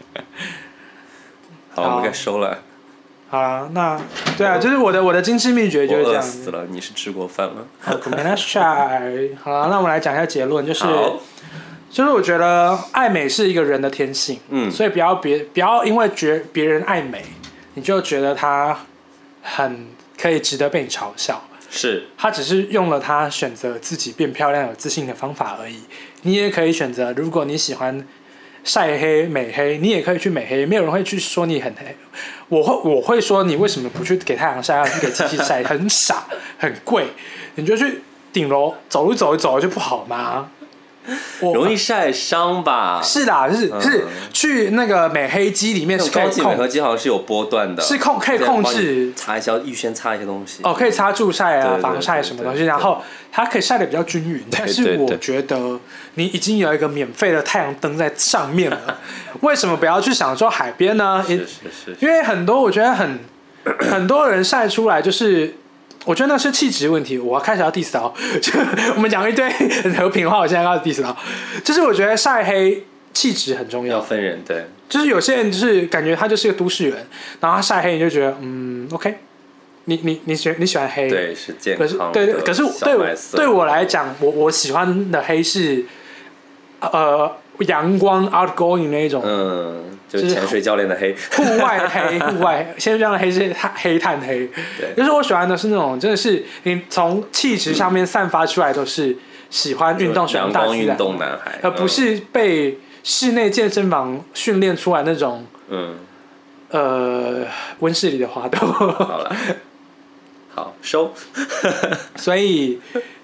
好，我们该收了。 好了，那对啊，就是我的我的精致秘诀就是这样。 我饿死了，你是吃过饭了？ 好 ，Let's try。好了，那我们来讲一下结论，就是就是我觉得爱美是一个人的天性，嗯，所以不要别不要因为觉别人爱美，你就觉得他很。可以值得被你嘲笑， 是他只是用了他选择自己变漂亮、有自信的方法而已。你也可以选择，如果你喜欢晒黑、美黑，你也可以去美黑，没有人会去说你很黑。我会我会说你为什么不去给太阳晒，要去给机器晒，很傻，很贵，你就去顶楼走路走一走就不好吗？ 容易晒伤吧？ 是啦，是、嗯、是去那个美黑机里面是可以控，高级美黑机好像是有波段的， 是控可以控制擦一下，预先擦一些东西。 哦，可以擦助晒啊、防晒什么东西，然后它可以晒得比较均匀。但是我觉得你已经有一个免费的太阳灯在上面了，为什么不要去享受海边呢？ 是是是， 因为很多我觉得很很多人晒出来就是。我觉得那是气质问题，我开始要 diss 到，就我们讲一堆很和平的话，我现在要 diss 到，就是我觉得晒黑气质很重要， 要分人，对， 就是有些人就是感觉他就是个都市人，然后他晒黑你就觉得嗯 OK， 你你你喜你喜欢黑， 对，是健康的，可是对可是对对我来讲，我我喜欢的黑是呃阳光 outgoing 那一种， 嗯。就是潜水教练的黑， 户外黑，户外潜水教练的黑是黑炭黑， 对， 就是我喜欢的是那种，真的是你从气质上面散发出来都是喜欢运动、喜欢大自然、 阳光运动男孩， 而不是被室内健身房训练出来那种，嗯，呃，温室里的花朵。 好了，好收。 所以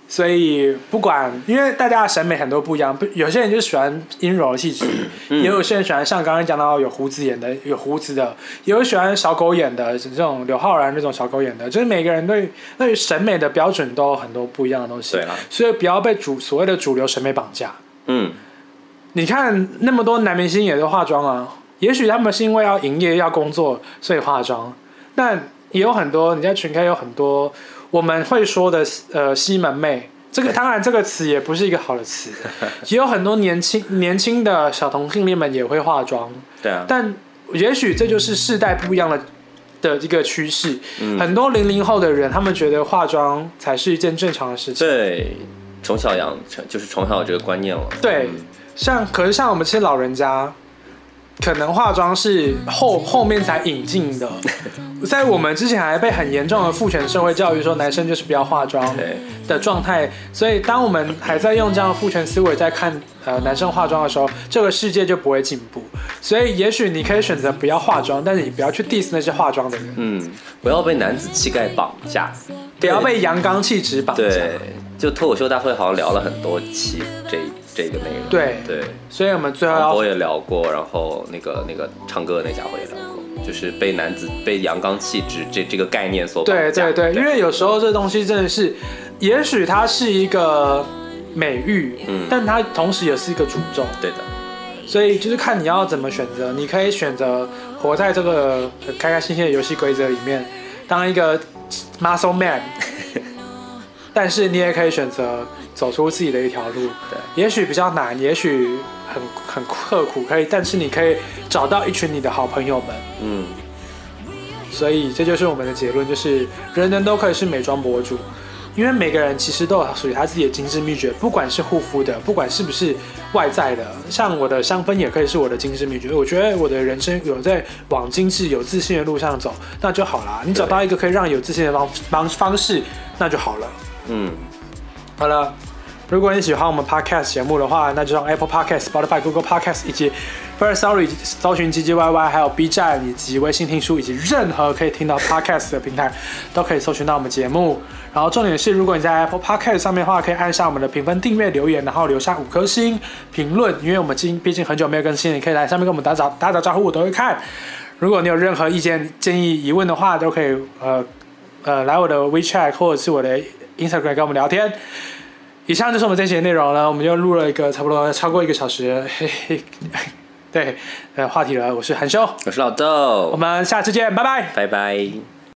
所以不管，因为大家的审美很多不一样，有些人就喜欢阴柔的气质，嗯、也有些人喜欢像刚刚讲到有胡子眼的，有胡子的，也有喜欢小狗眼的，这种刘昊然那种小狗眼的，就是每个人对对于审美的标准都有很多不一样的东西。 对啦， 所以不要被主所谓的主流审美绑架。 嗯， 你看那么多男明星也都化妆啊，也许他们是因为要营业要工作，所以化妆，但也有很多你在群 K 有很多。我们会说的呃西门妹，这个当然这个词也不是一个好的词，也有很多年轻年轻的小同性恋们也会化妆， 对啊， 但也许这就是世代不一样的的一个趋势。 嗯、 很多零零后的人，他们觉得化妆才是一件正常的事情。 对，从小养成就是从小有这个观念了。 对，嗯、像可是像我们这些老人家。可能化妆是后后面才引进的，在我们之前还被很严重的父权社会教育说男生就是不要化妆的状态，所以当我们还在用这样的父权思维在看呃男生化妆的时候，这个世界就不会进步。所以也许你可以选择不要化妆，但是你不要去 diss 那些化妆的人， 嗯，不要被男子气概绑架， 不要被阳刚气质绑架。 对，就脱口秀大会好像聊了很多期这这个内容。 对对， 所以我们最后要我也聊过，然后那个那个唱歌的那家伙也聊过，就是被男子被阳刚气质这这个概念所绑架。 对对对，因为有时候这东西真的是，也许它是一个美誉，嗯，但它同时也是一个诅咒。 对的。 所以就是看你要怎么选择，你可以选择活在这个开开心心的游戏规则里面，当一个 muscle man， 但是你也可以选择走出自己的一条路。对，也许比较难，也许很很刻苦，可以，但是你可以找到一群你的好朋友们。嗯，所以这就是我们的结论，就是人人都可以是美妆博主。因为每个人其实都有属于他自己的精致秘诀，不管是护肤的，不管是不是外在的，像我的香氛也可以是我的精致秘诀。我觉得我的人生有在往精致、有自信的路上走，那就好啦。你找到一个可以让你有自信的方方方式，那就好了。嗯，好了。如果你喜欢我们 Podcast 节目的话，那就上 Apple Podcast、Spotify、Google Podcast 以及 Firstory 搜寻 G G Y Y， 还有 B 站以及微信听书以及任何可以听到 Podcast 的平台都可以搜寻到我们节目。然后重点是，如果你在 Apple Podcast 上面的话，可以按下我们的评分、订阅、留言，然后留下五颗星评论，因为我们毕竟很久没有更新，你可以来上面跟我们打打打打招呼，我都会看。如果你有任何意见、建议、疑问的话，都可以呃呃来我的 WeChat 或者是我的 Instagram 跟我们聊天。以上就是我们这期的内容了，我们就录了一个差不多超过一个小时，嘿嘿，对，呃，话题了。我是韩修， 我是老豆， 我们下次见，拜拜， 拜拜。